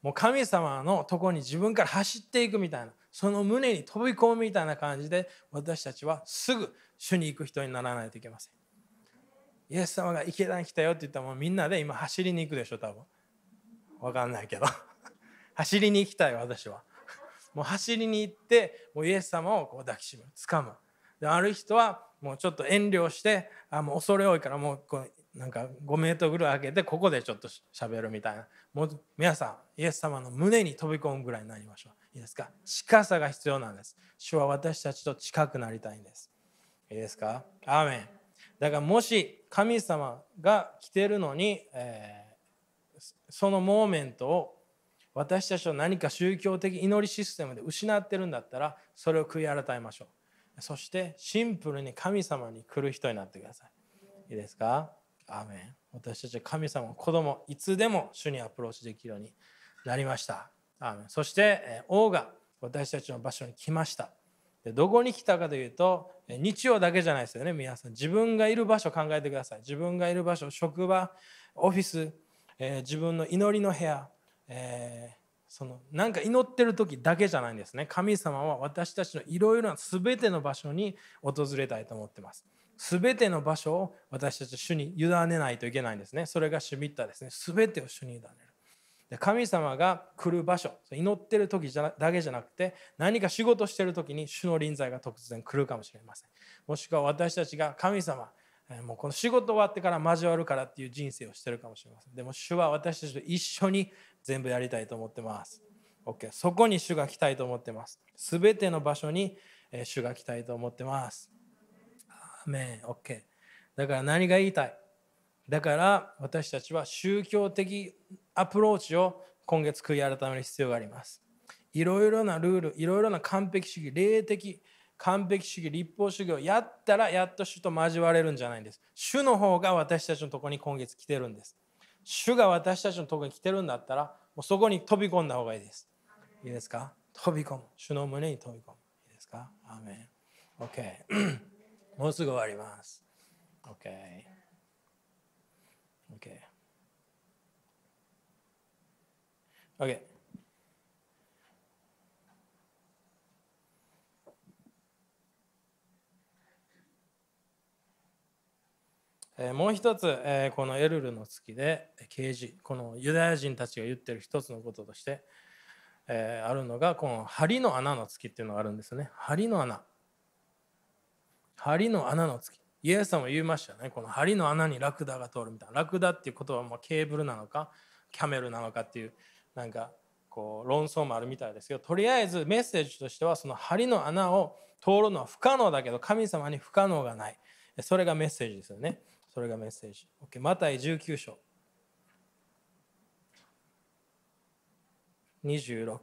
もう神様のところに自分から走っていくみたいな、その胸に飛び込むみたいな感じで、私たちはすぐ主に行く人にならないといけません。イエス様が池田に来たよって言ったら、もうみんなで今走りに行くでしょ、多分。わかんないけど走りに行きたい、私は。もう走りに行って、もうイエス様をこう抱きしめる、掴む。である人はもうちょっと遠慮して、もう恐れ多いからもうこうなんか5メートルぐらい開けて、ここでちょっと喋るみたいな。もう皆さん、イエス様の胸に飛び込むぐらいになりましょう。いいですか？近さが必要なんです。主は私たちと近くなりたいんです。いいですか？アーメン。だからもし神様が来てるのに、そのモーメントを私たちは何か宗教的祈りシステムで失ってるんだったら、それを悔い改めましょう。そしてシンプルに神様に来る人になってください。いいですか？アーメン。私たちは神様の子供、いつでも主にアプローチできるようになりました。アーメン。そして王が私たちの場所に来ました。でどこに来たかというと、日曜だけじゃないですよね。皆さん、自分がいる場所を考えてください。自分がいる場所、職場、オフィス、自分の祈りの部屋、なんか祈ってる時だけじゃないんですね。神様は私たちのいろいろな全ての場所に訪れたいと思っています。全ての場所を私たち主に委ねないといけないんですね。それがシュミッターですね。全てを主に委ねる。で神様が来る場所、祈ってる時だけじゃなくて、何か仕事してる時に主の臨在が突然来るかもしれません。もしくは私たちが神様、もうこの仕事終わってから交わるからっていう人生をしてるかもしれません。でも主は私たちと一緒に全部やりたいと思ってます。OK、そこに主が来たいと思ってます。すべての場所に主が来たいと思ってます。アーメン。OK。だから何が言いたい？だから私たちは宗教的アプローチを今月悔い改める必要があります。いろいろなルール、いろいろな完璧主義、霊的完璧主義、立法主義をやったらやっと主と交われるんじゃないんです。主の方が私たちのところに今月来てるんです。主が私たちのところに来てるんだったら、もうそこに飛び込んだ方がいいです。いいですか？飛び込む。主の胸に飛び込む。いいですか？アーメン。OK。もうすぐ終わります。OK。OK。もう一つ、このエルルの月で啓示、このユダヤ人たちが言ってる一つのこととして、あるのがこの針の穴の月っていうのがあるんですね。針の穴の月。イエス様も言いましたよね。この針の穴にラクダが通るみたいな。ラクダっていう言葉はケーブルなのかキャメルなのかっていうなんかこう論争もあるみたいですけど、とりあえずメッセージとしては、その針の穴を通るのは不可能だけど神様に不可能がない。それがメッセージですよね。それがメッセージ。OK、マタイ19章26。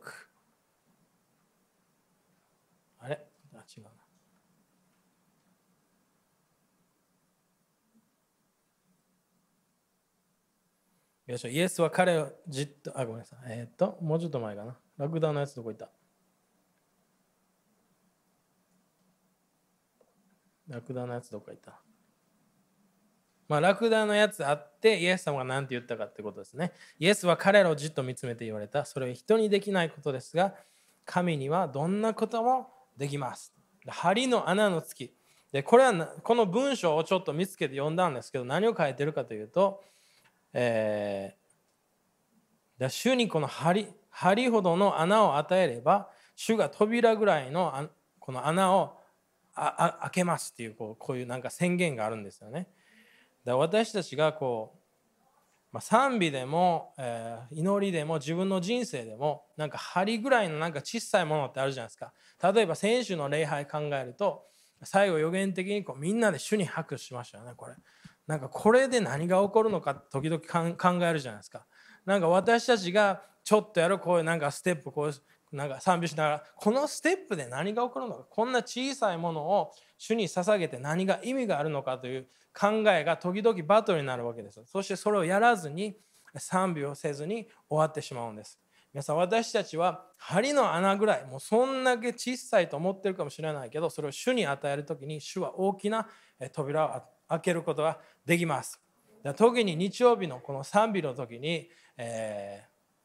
あれ？違うな。よいしょ。イエスは彼をじっと、ごめんなさい。もうちょっと前かな。ラクダのやつどこ行った？ラクダのやつどこ行った？ラクダのやつあって、イエス様が何て言ったかってことですね。イエスは彼らをじっと見つめて言われた。それは人にできないことですが、神にはどんなこともできます。針の穴の月。で、この文章をちょっと見つけて読んだんですけど、何を書いてるかというと、主にこの針ほどの穴を与えれば、主が扉ぐらいのこの穴を開けますっていう、こういうなんか宣言があるんですよね。だから私たちが賛美でも、祈りでも自分の人生でもなんか針ぐらいのなんか小さいものってあるじゃないですか。例えば先週の礼拝考えると、最後予言的にみんなで主に拍手しましたよね。なんかこれで何が起こるのか時々考えるじゃないですか。なんか私たちがちょっとやるこういうなんかステップなんか賛美しながら、このステップで何が起こるのか、こんな小さいものを主に捧げて何が意味があるのかという考えが時々バトルになるわけです。そしてそれをやらずに賛美をせずに終わってしまうんです。皆さん、私たちは針の穴ぐらい、もうそんだけ小さいと思ってるかもしれないけど、それを主に与えるときに主は大きな扉を開けることができます。特に日曜日のこの賛美の時に、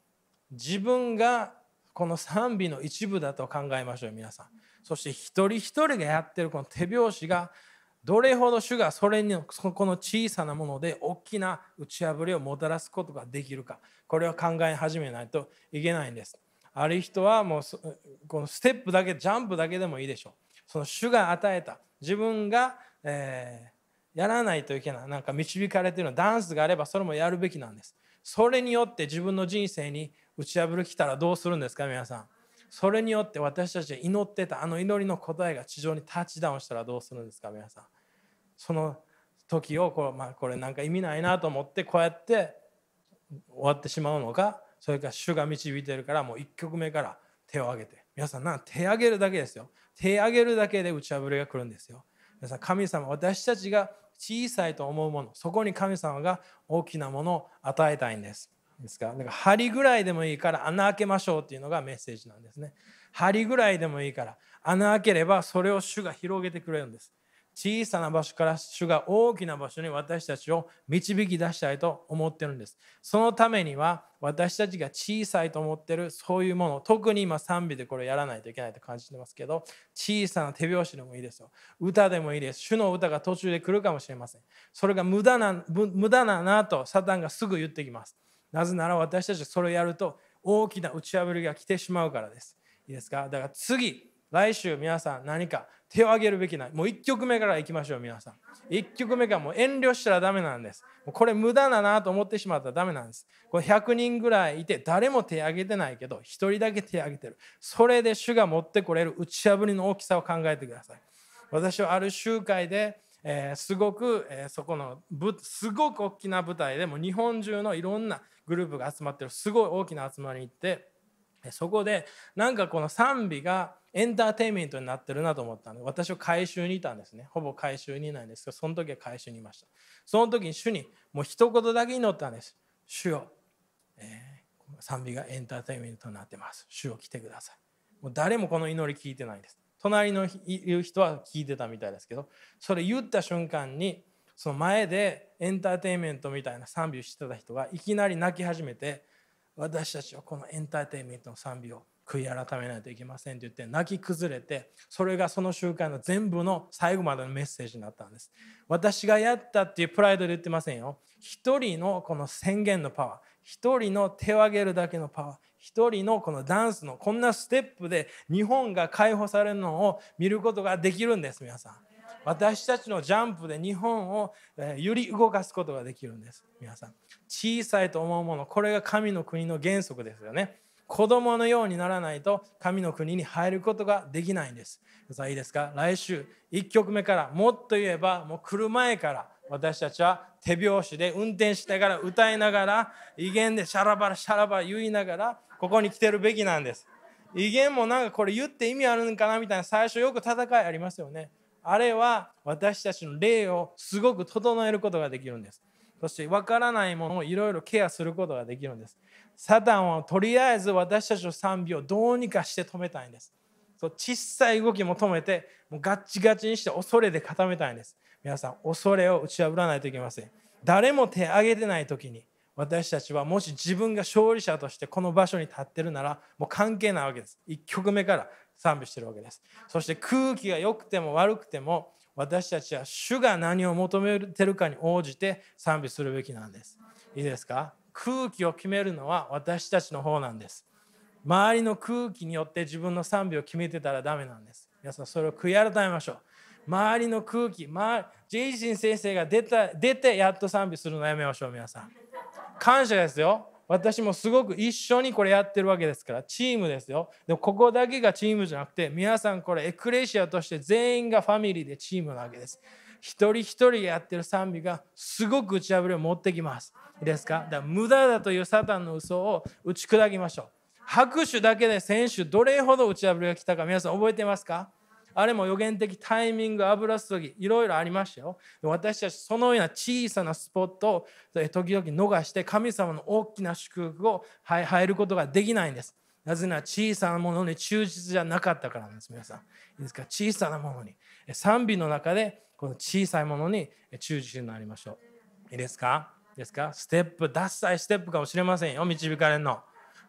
自分がこの賛美の一部だと考えましょう、皆さん。そして一人一人がやってるこの手拍子がどれほど主がそれにこの小さなもので大きな打ち破りをもたらすことができるか、これを考え始めないといけないんです。ある人はもうこのステップだけ、ジャンプだけでもいいでしょう。その主が与えた自分が、やらないといけない、なんか導かれているダンスがあればそれもやるべきなんです。それによって自分の人生に打ち破り来たらどうするんですか、皆さん。それによって私たちが祈ってたあの祈りの答えが地上にタッチダウンしたらどうするんですか、皆さん。その時をこれなんか意味ないなと思ってこうやって終わってしまうのか、それから主が導いているからもう1曲目から手を挙げて、皆さん手を挙げるだけですよ。手を挙げるだけで打ち破りが来るんですよ。皆さん、神様、私たちが小さいと思うもの、そこに神様が大きなものを与えたいんです。ですか、だから針ぐらいでもいいから穴開けましょうっていうのがメッセージなんですね。針ぐらいでもいいから穴開ければそれを主が広げてくれるんです。小さな場所から主が大きな場所に私たちを導き出したいと思ってるんです。そのためには私たちが小さいと思ってるそういうもの、特に今賛美でこれやらないといけないと感じてますけど、小さな手拍子でもいいですよ。歌でもいいです。主の歌が途中で来るかもしれません。それが無駄だなとサタンがすぐ言ってきます。なぜなら私たちがそれをやると大きな打ち破りが来てしまうからです。いいですか。だから来週皆さん何か手を挙げるべきない。もう1曲目からいきましょう、皆さん。1曲目からもう遠慮したらダメなんです。もうこれ無駄だなと思ってしまったらダメなんです。これ100人ぐらいいて誰も手を挙げてないけど1人だけ手を挙げてる。それで主が持ってこれる打ち破りの大きさを考えてください。私はある集会ですごくそこのすごく大きな舞台でも日本中のいろんなグループが集まってるすごい大きな集まりに行って、そこでなんかこの賛美がエンターテインメントになってるなと思ったので、私は改宗にいたんですね。ほぼ改宗にいないんですけど、その時は改宗にいました。その時に主にもう一言だけ祈ったんです。主よ、賛美がエンターテインメントになってます。主よ来てください。もう誰もこの祈り聞いてないんです。隣のいる人は聞いてたみたいですけど、それ言った瞬間にその前でエンターテインメントみたいな賛美をしてた人がいきなり泣き始めて、私たちはこのエンターテインメントの賛美を悔い改めないといけませんと言って泣き崩れて、それがその集会の全部の最後までのメッセージになったんです。私がやったっていうプライドで言ってませんよ。一人のこの宣言のパワー、一人の手を挙げるだけのパワー、一人のこのダンスのこんなステップで日本が解放されるのを見ることができるんです。皆さん、私たちのジャンプで日本を揺り動かすことができるんです。皆さん、小さいと思うもの、これが神の国の原則ですよね。子供のようにならないと神の国に入ることができないんです。さあいいですか。来週1曲目から、もっと言えばもう来る前から私たちは手拍子で運転しながら歌いながら威厳でシャラバラシャラバラ言いながらここに来てるべきなんです。威厳もなんかこれ言って意味あるんかなみたいな、最初よく戦いありますよね。あれは私たちの霊をすごく整えることができるんです。そして分からないものをいろいろケアすることができるんです。サタンはとりあえず私たちの賛美をどうにかして止めたいんです。そう小さい動きも止めて、もうガッチガチにして恐れで固めたいんです。皆さん、恐れを打ち破らないといけません。誰も手を挙げてない時に私たちはもし自分が勝利者としてこの場所に立ってるならもう関係ないわけです。1曲目から賛美してるわけです。そして空気が良くても悪くても私たちは主が何を求めてるかに応じて賛美するべきなんです。いいですか。空気を決めるのは私たちの方なんです。周りの空気によって自分の賛美を決めてたらダメなんです。皆さん、それを悔い改めましょう。周りの空気、ジェイシン先生が出てやっと賛美するのやめましょう。皆さん、感謝ですよ。私もすごく一緒にこれやってるわけですから、チームですよ。でもここだけがチームじゃなくて、皆さんこれエクレシアとして全員がファミリーでチームなわけです。一人一人がやってる賛美がすごく打ち破りを持ってきます。いいですか。だから無駄だというサタンの嘘を打ち砕きましょう。拍手だけで先週どれほど打ち破りが来たか皆さん覚えてますか。あれも予言的タイミング、油注ぎ、いろいろありましたよ。私たちそのような小さなスポットを時々逃して神様の大きな祝福を入ることができないんです。なぜなら小さなものに忠実じゃなかったからなんです。皆さん、いいですか。小さなものに、賛美の中でこの小さいものに忠実になりましょう。いいですか。ステップ、ダッサいステップかもしれませんよ、導かれるの。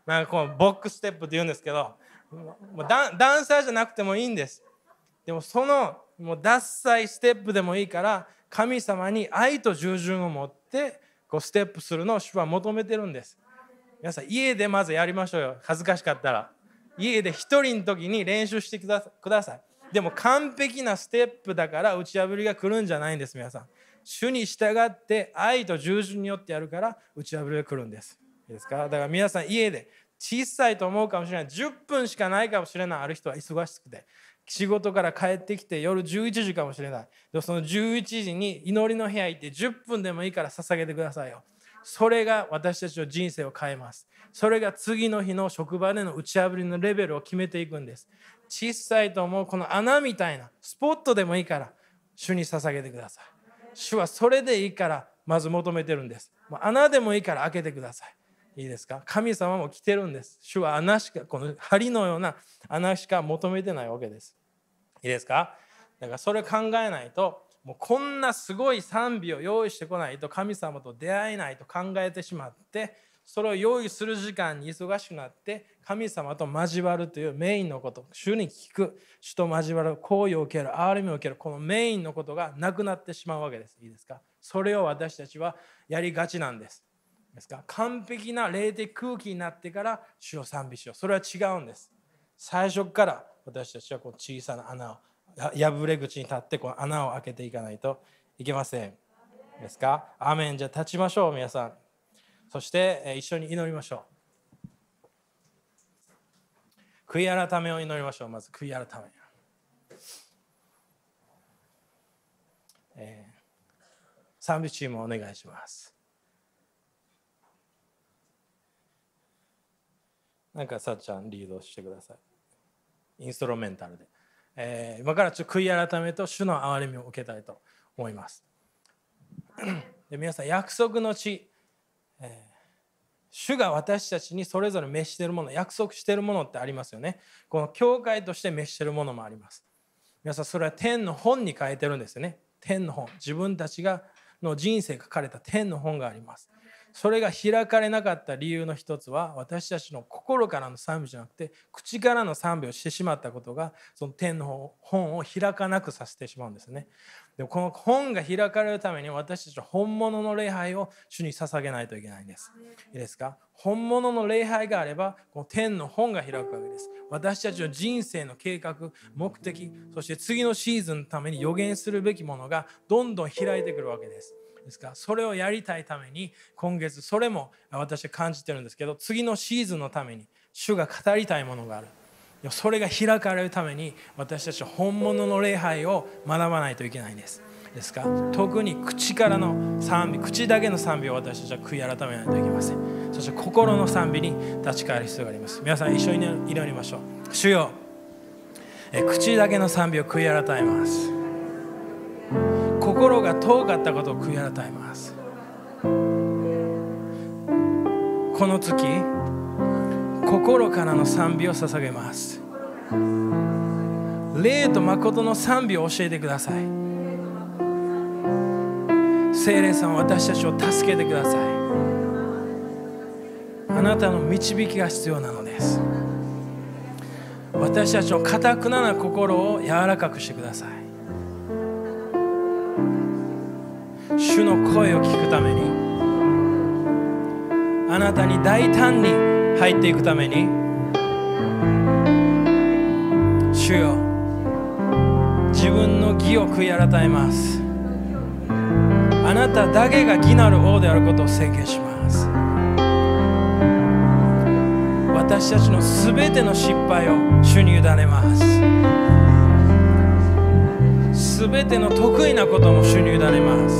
なんかこのボックスステップって言うんですけど、もうダンサーじゃなくてもいいんです。でもそのもうダッサいステップでもいいから、神様に愛と従順を持ってこうステップするのを主は求めてるんです。皆さん家でまずやりましょうよ。恥ずかしかったら家で一人の時に練習してください。でも完璧なステップだから打ち破りが来るんじゃないんです。皆さん、主に従って愛と従順によってやるから打ち破りが来るんです。いいですか？だから皆さん家で小さいと思うかもしれない、10分しかないかもしれない、ある人は忙しくて仕事から帰ってきて夜11時かもしれない。でその11時に祈りの部屋行って10分でもいいから捧げてくださいよ。それが私たちの人生を変えます。それが次の日の職場での打ち破りのレベルを決めていくんです。小さいと思うこの穴みたいなスポットでもいいから主に捧げてください。主はそれでいいからまず求めてるんです。穴でもいいから開けてください。いいですか？神様も来てるんです。主は穴しか、この針のような穴しか求めてないわけです。いいですか？だからそれを考えないと、もうこんなすごい賛美を用意してこないと神様と出会えないと考えてしまって、それを用意する時間に忙しくなって神様と交わるというメインのこと、主に聞く、主と交わる、行為を受ける、憐れみを受ける、このメインのことがなくなってしまうわけです。いいですか？それを私たちはやりがちなんです。ですか？完璧な霊的空気になってから主を賛美しよう。それは違うんです。最初から私たちはこう小さな穴を、破れ口に立ってこの穴を開けていかないといけません。ですか？アーメン。じゃあ立ちましょう皆さん。そして一緒に祈りましょう。悔い改めを祈りましょう。まず悔い改め。賛美チームお願いします。なんかさっちゃんリードしてください。インストロメンタルで。今からちょっと悔い改めと主の憐れみを受けたいと思います。で皆さん、約束の地、主が私たちにそれぞれ召しているもの、約束しているものってありますよね。この教会として召しているものもあります。皆さん、それは天の本に書いてるんですよね。天の本、自分たちがの人生が書かれた天の本があります。それが開かれなかった理由の一つは、私たちの心からの賛美じゃなくて口からの賛美をしてしまったことが、その天の本を開かなくさせてしまうんですね。でもこの本が開かれるために私たちは本物の礼拝を主に捧げないといけないんです。いいですか？本物の礼拝があればこの天の本が開くわけです。私たちの人生の計画、目的、そして次のシーズンのために予言するべきものがどんどん開いてくるわけです。ですか？それをやりたいために今月それも私は感じてるんですけど、次のシーズンのために主が語りたいものがある。それが開かれるために私たちは本物の礼拝を学ばないといけないんです。ですか？特に口からの賛美、口だけの賛美を私たちは悔い改めないといけません。そして心の賛美に立ち返る必要があります。皆さん一緒に祈りましょう。主よ、口だけの賛美を悔い改めます。心が遠かったことを悔い改めます。この月、心からの賛美を捧げます。霊と誠の賛美を教えてください。聖霊さん、私たちを助けてください。あなたの導きが必要なのです。私たちの堅くなな心を柔らかくしてください。主の声を聞くために、あなたに大胆に入っていくために、主よ、自分の義を悔い改めます。あなただけが義なる王であることを宣言します。私たちのすべての失敗を主に委ねます。すべての得意なことも主に委ねます。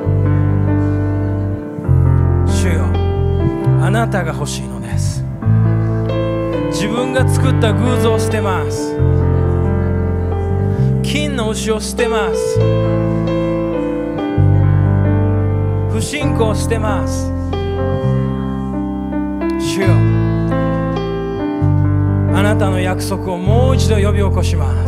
主よ、あなたが欲しいのです。自分が作った偶像を捨てます。金の牛を捨てます。不信仰を捨てます。主よ、あなたの約束をもう一度呼び起こします。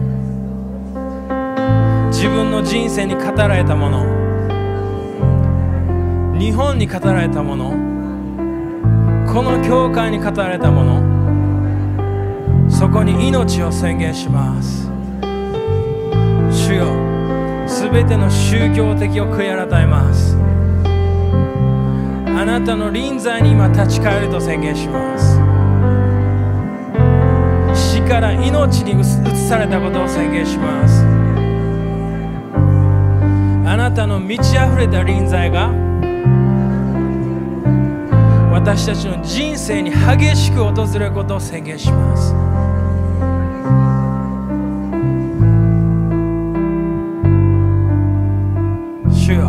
自分の人生に語られたもの、日本に語られたもの、 この教会に語られたもの、そこに命を宣言します。主よ、すべての宗教的を悔い改めます。あなたの臨在に今立ち返ると宣言します。死から命に移されたことを宣言します。あなたの満ち溢れた臨在が私たちの人生に激しく訪れることを宣言します。主よ、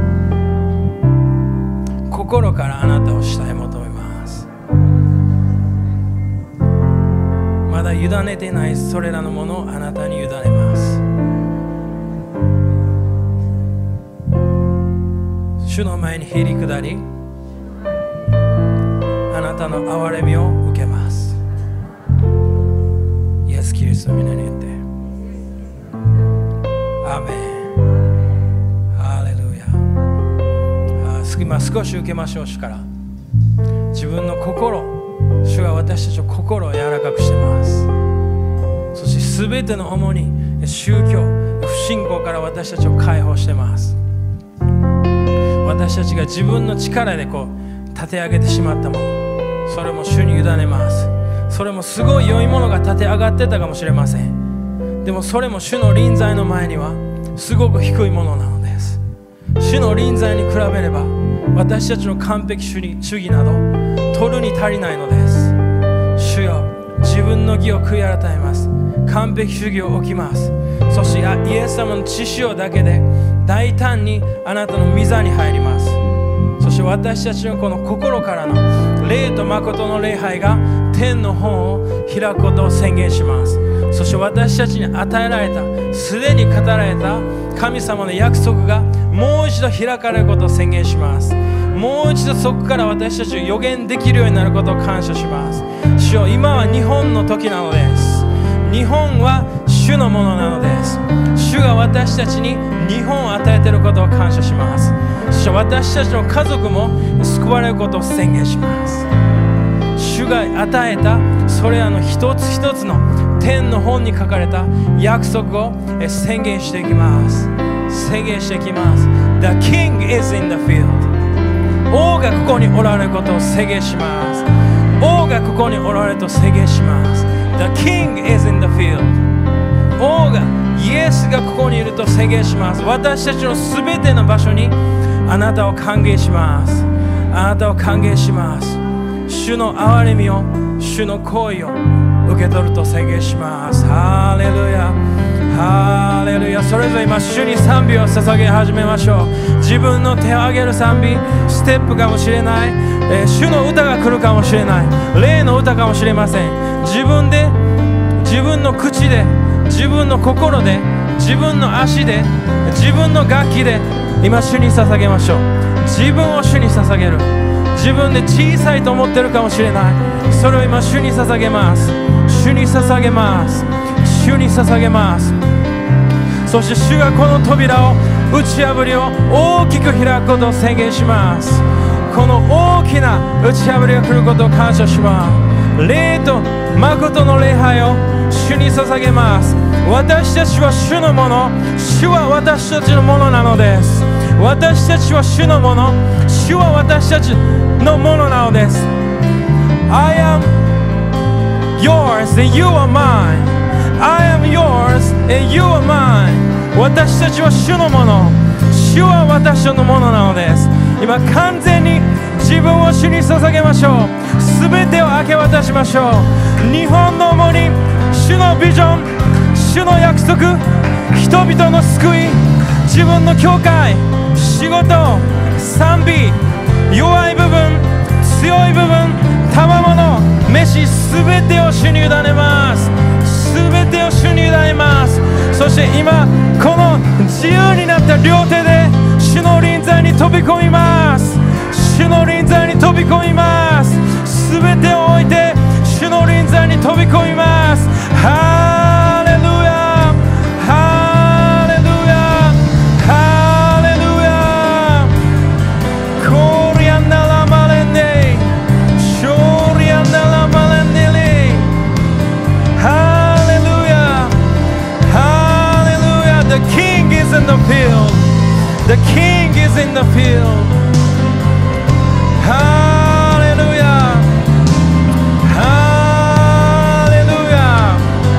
心からあなたを主体求めます。まだ委ねてないそれらのものをあなたに委ねます。主の前にへり下り、あなたの憐れみを受けます。イエス・キリストの皆によって。アーメン。今少し受けましょう。主から自分の心、主が私たちの心を柔らかくしてます。そして全ての重荷、宗教、不信仰から私たちを解放してます。私たちが自分の力で立て上げてしまったもの、それも主に委ねます。それもすごい良いものが立て上がってたかもしれません。でもそれも主の臨在の前にはすごく低いものなのです。主の臨在に比べれば私たちの完璧主義など取るに足りないのです。主よ、自分の義を悔い改めます。完璧主義を置きます。そしてイエス様の血潮だけで大胆にあなたの御座に入ります。そして私たちのこの心からの霊と誠の礼拝が天の本を開くことを宣言します。そして私たちに与えられた、すでに語られた神様の約束がもう一度開かれることを宣言します。もう一度そこから私たちを予言できるようになることを感謝します。主よ、今は日本の時なのです。日本は主のものなのです。主が私たちに日本を与えていることを感謝します。そして私たちの家族も救われることを宣言します。主が与えたそれらの一つ一つの天の本に書かれた約束を宣言していきます。宣言していきます。 The King is in the field。 王がここにおられることを宣言します。王がここにおられると宣言します。 The King is in the field。 王が、イエスがここにいると宣言します。私たちのすべての場所にあなたを歓迎します。あなたを歓迎します。主の憐れみを、主の行為を受け取ると宣言します。ハレルヤ、ハレルヤ。それぞれ今主に賛美を捧げ始めましょう。自分の手を挙げる賛美、ステップかもしれない、主の歌が来るかもしれない、霊の歌かもしれません。自分で、自分の口で、自分の心で、自分の足で、自分の楽器で今主に捧げましょう。自分を主に捧げる。自分で小さいと思ってるかもしれない。それを今主に捧げます。主に捧げます。主に捧げます。そして主がこの扉を打ち破りを大きく開くことを宣言します。この大きな打ち破りが来ることを感謝します。霊と誠の礼拝を主に捧げます。私たちは主のもの、主は私たちのものなのです。私たちは主のもの、主は私たちのものなのです。 I am yours and you are mine。 I am yours and you are mine。 私たちは主のもの、主は私のものなのです。今完全に自分を主に捧げましょう。すべてを明け渡しましょう。日本の重荷、主のビジョン、主の約束、人々の救い、自分の教会、仕事、賛美、弱い部分、強い部分、賜物、飯、すべてを主に委ねます。すべてを主に委ねます。そして今この自由になった両手で主の臨在に飛び込みます。主の臨在に飛び込みます。すべてを置いて主の臨在に飛び込みます。ハレルヤ、ハレルヤ、ハレルヤ。コリアンナラマレンデイ、ショ The King is in the field. Hallelujah. Hallelujah.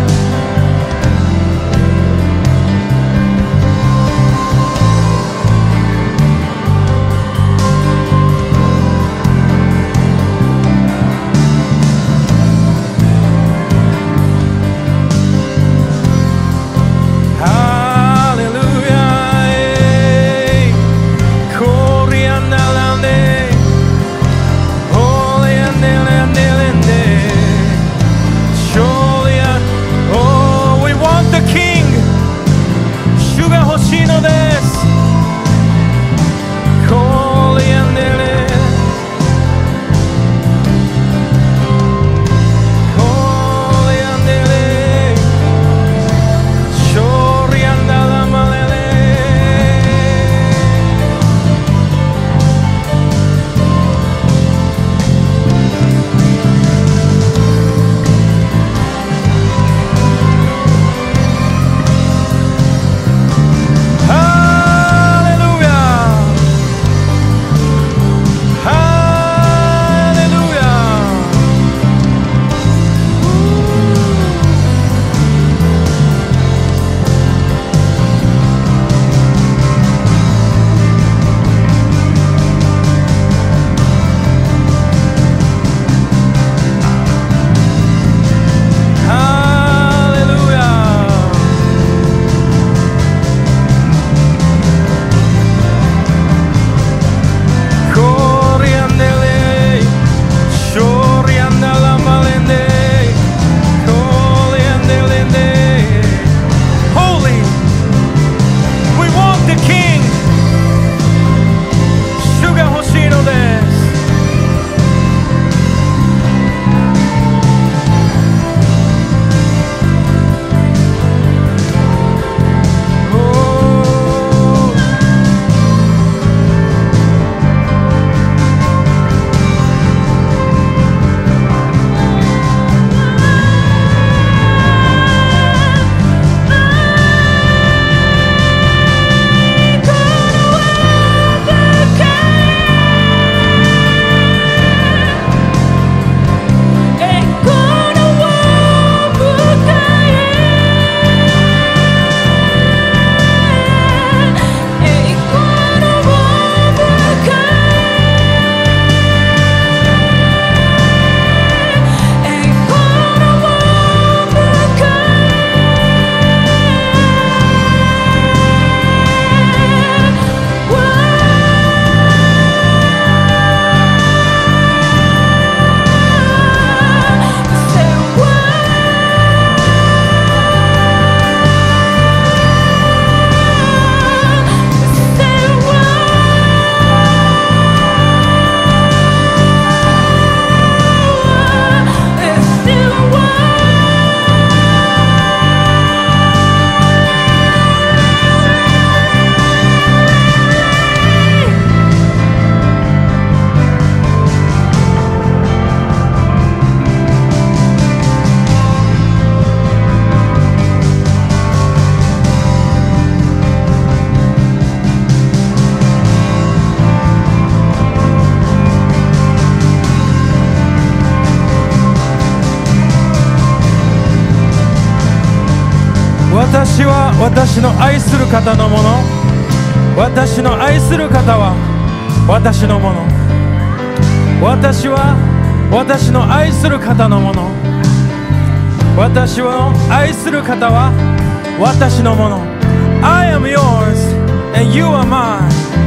私は私の愛する方のもの。私の愛する方は私のもの。私は私の愛する方のもの。私を愛する方は私のもの。I am yours and you are mine。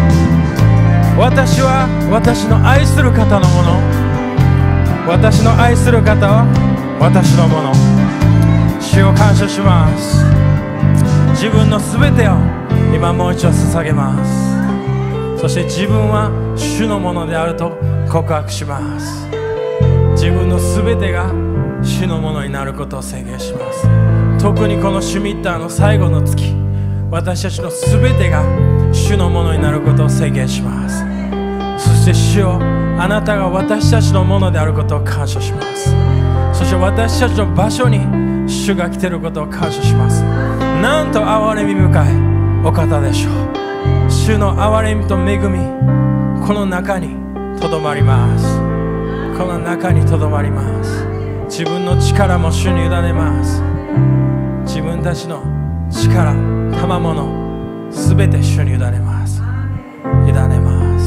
私は私の愛する方のもの。私の愛する方は私のもの。主を感謝します。自分のすべてを今もう一度捧げます。そして自分は主のものであると告白します。自分のすべてが主のものになることを宣言します。特にこのシュミッターの最後の月、私たちのすべてが主のものになることを宣言します。そして主よ、あなたが私たちのものであることを感謝します。そして私たちの場所に主が来ていることを感謝します。なんと憐れみ深いお方でしょう。 主の憐れみと恵み、この中にとどまります。この中にとどまります。自分の力も主に委ねます。自分たちの力、賜物、すべて主に委ねます。委ねます。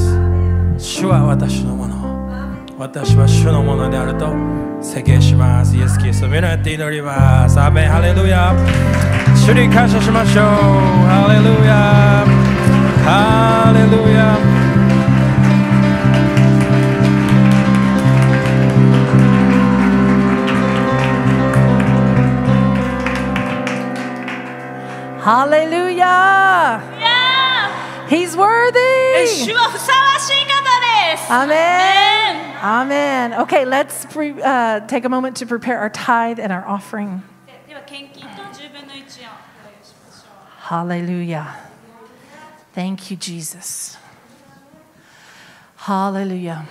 主は私のもの。私は主のものであると宣言します。イエス・キリストの皆によって祈ります。アーメン、ハレルヤ。主に感謝しましょう。ハレルヤ。ハレルヤ。 Hallelujah. He's worthy. 主はふさわしい方です。 Amen. Amen. Okay, let's take a moment to prepare our tithe and our offering. では献金と10分の1を用意しましょう。 Hallelujah. Thank you, Jesus. Hallelujah.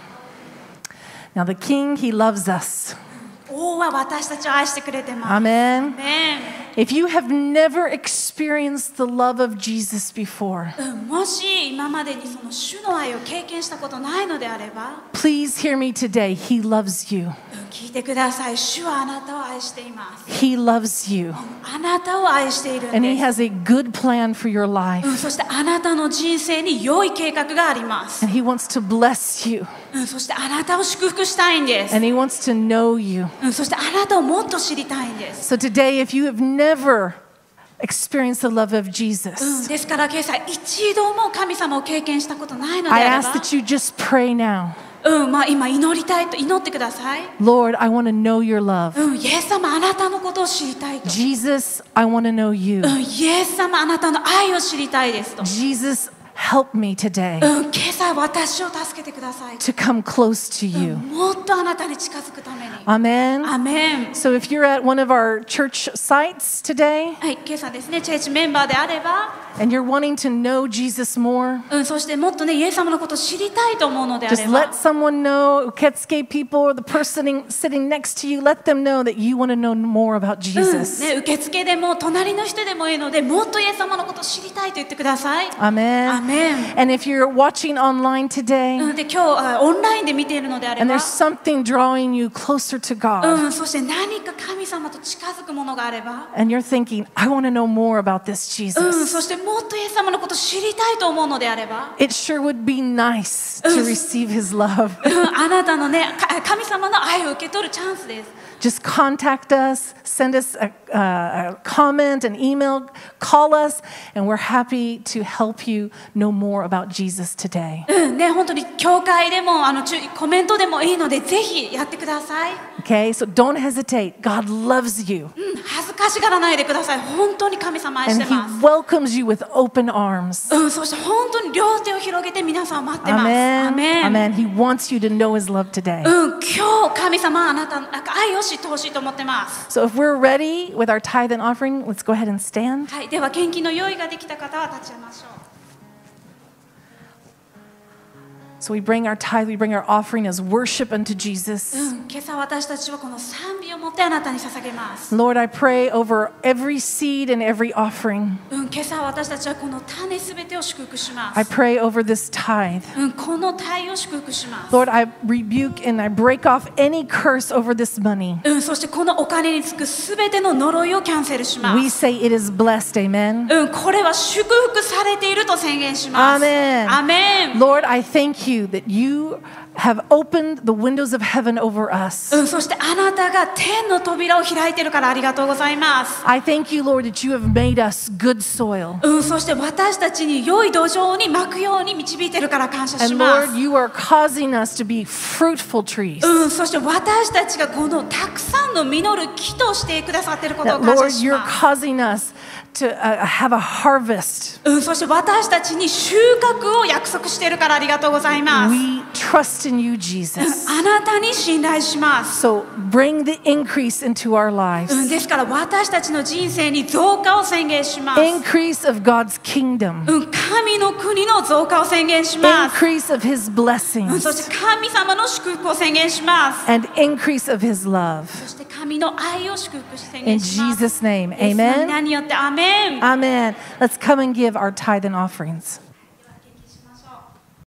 Now, the King, he loves us. 王は私たちを愛してくれてます。 Amen. Amen. If you have never experienced the love of Jesus before, もし今までにその主の愛を経験したことないのであれば、 please hear me today. He loves you. 聞いてください。主はあなたを愛しています。 He loves you. あなたを愛しているん And He です。 has a good plan for your life. そしてあなたの人生に良い計画があります。 And He wants to bless you. そしてあなたを祝福したいんです。 And He wants to know you. そしてあなたをもっと知りたいんです。 So today, if you have never experienced the love of Jesus, ですから今朝一度も神様を経験したことないので I あれ ask ば、 that you just pray now. 今祈りたいと祈ってください。 Lord, I want to know your love. イエス様あなたのことを知りたいと。 Jesus, I want to know you. イエス様あなたの愛を知りたいですと。 Jesus, help me today 今朝私を助けてください。 to come close to you. もっとあなたに近づくために。 Amen. アメン。 So if you're at one of our church sites today はい、今朝ですね、チェーチメンバーであれば、 and you're wanting to know Jesus more, そしてもっとね、イエス様のことを知りたいと思うのであ just れば let、someone know, Uketsuke people or the person sitting next to you, let them know that you want to know more about Jesus. 受付でも隣の人でもいいので、もっとイエス様のことを知りたいと言ってください。 Amen. アメン。 And if you're watching online today で、今日オンラインで見ているのであれ and ば、 there's something drawing you closer to God そして何か神様と近づくものがあれば、 and you're thinking, I want to know more about this Jesus. そしてもっとイエス様のことを知りたいと思うのであれば、 It sure would be nice to receive His love. あなたのね、神様の愛を受け取るチャンスです。 Just contact us, send us a comment, an email, call us, and we're happy to help you know more about Jesus today. ね、本当に教会でもコメントでもいいので、ぜひやってください。 Okay, so don't hesitate. God loves you, 恥ずかしがらないでください。本当に神様愛し and て He ます。 welcomes you with open arms. そして本当に両手を広げて皆さんを待ってます。 Amen. アメン。 Amen. He wants you to know His love today. 今日神様はあなたの愛を知ってほしいと思ってます。 So if we're ready with our tithe and offering, let's go ahead and stand. はい、では献金の用意ができた方は立ち会いましょう。 So we bring our tithe, we bring our offering as worship unto Jesus. 今朝私たちはこの賛美を持ってあなたに捧げます。 Lord, I pray over every seed and every offering. 今朝私たちはこの種すべてを祝福しま I す。 pray over this tithe. この体を祝福します。 Lord, I rebuke and I break off any curse over this money. そしてこのお金につくすべての呪いをキャンセルしま We す。 say it is blessed, amen. これは祝福されていると宣言します。 Amen. アメン。 Lord, I thank you that you have opened the windows of heaven over us. そしてあなたが天の扉を開いているからありがとうございます。 I thank you, Lord, that you have made us good soil. そして私たちに良い土壌にまくように導いているから感謝し And ま Lord, す。 you are causing us to be fruitful trees. そして私たちがこのたくさんの実る木としてくださっていることを That, 感謝 Lord, し you're ます。 causing us to have a harvest. そして私たちに収穫を約束しているからありがとうございます。 We trust in you, Jesus. あなたに信頼します。 So bring the increase into our lives. ですから私たちの人生に増加を宣言します。 Increase of God's kingdom. 神の国の増加を宣言します。 Increase of His そ blessings. して神様の祝福を宣言します。 And increase of His love. そして神の愛を祝福し宣 In 言します。 Jesus' name, イエスの amen. 皆によってアメン。 Amen. Let's come and give our tithe and offerings.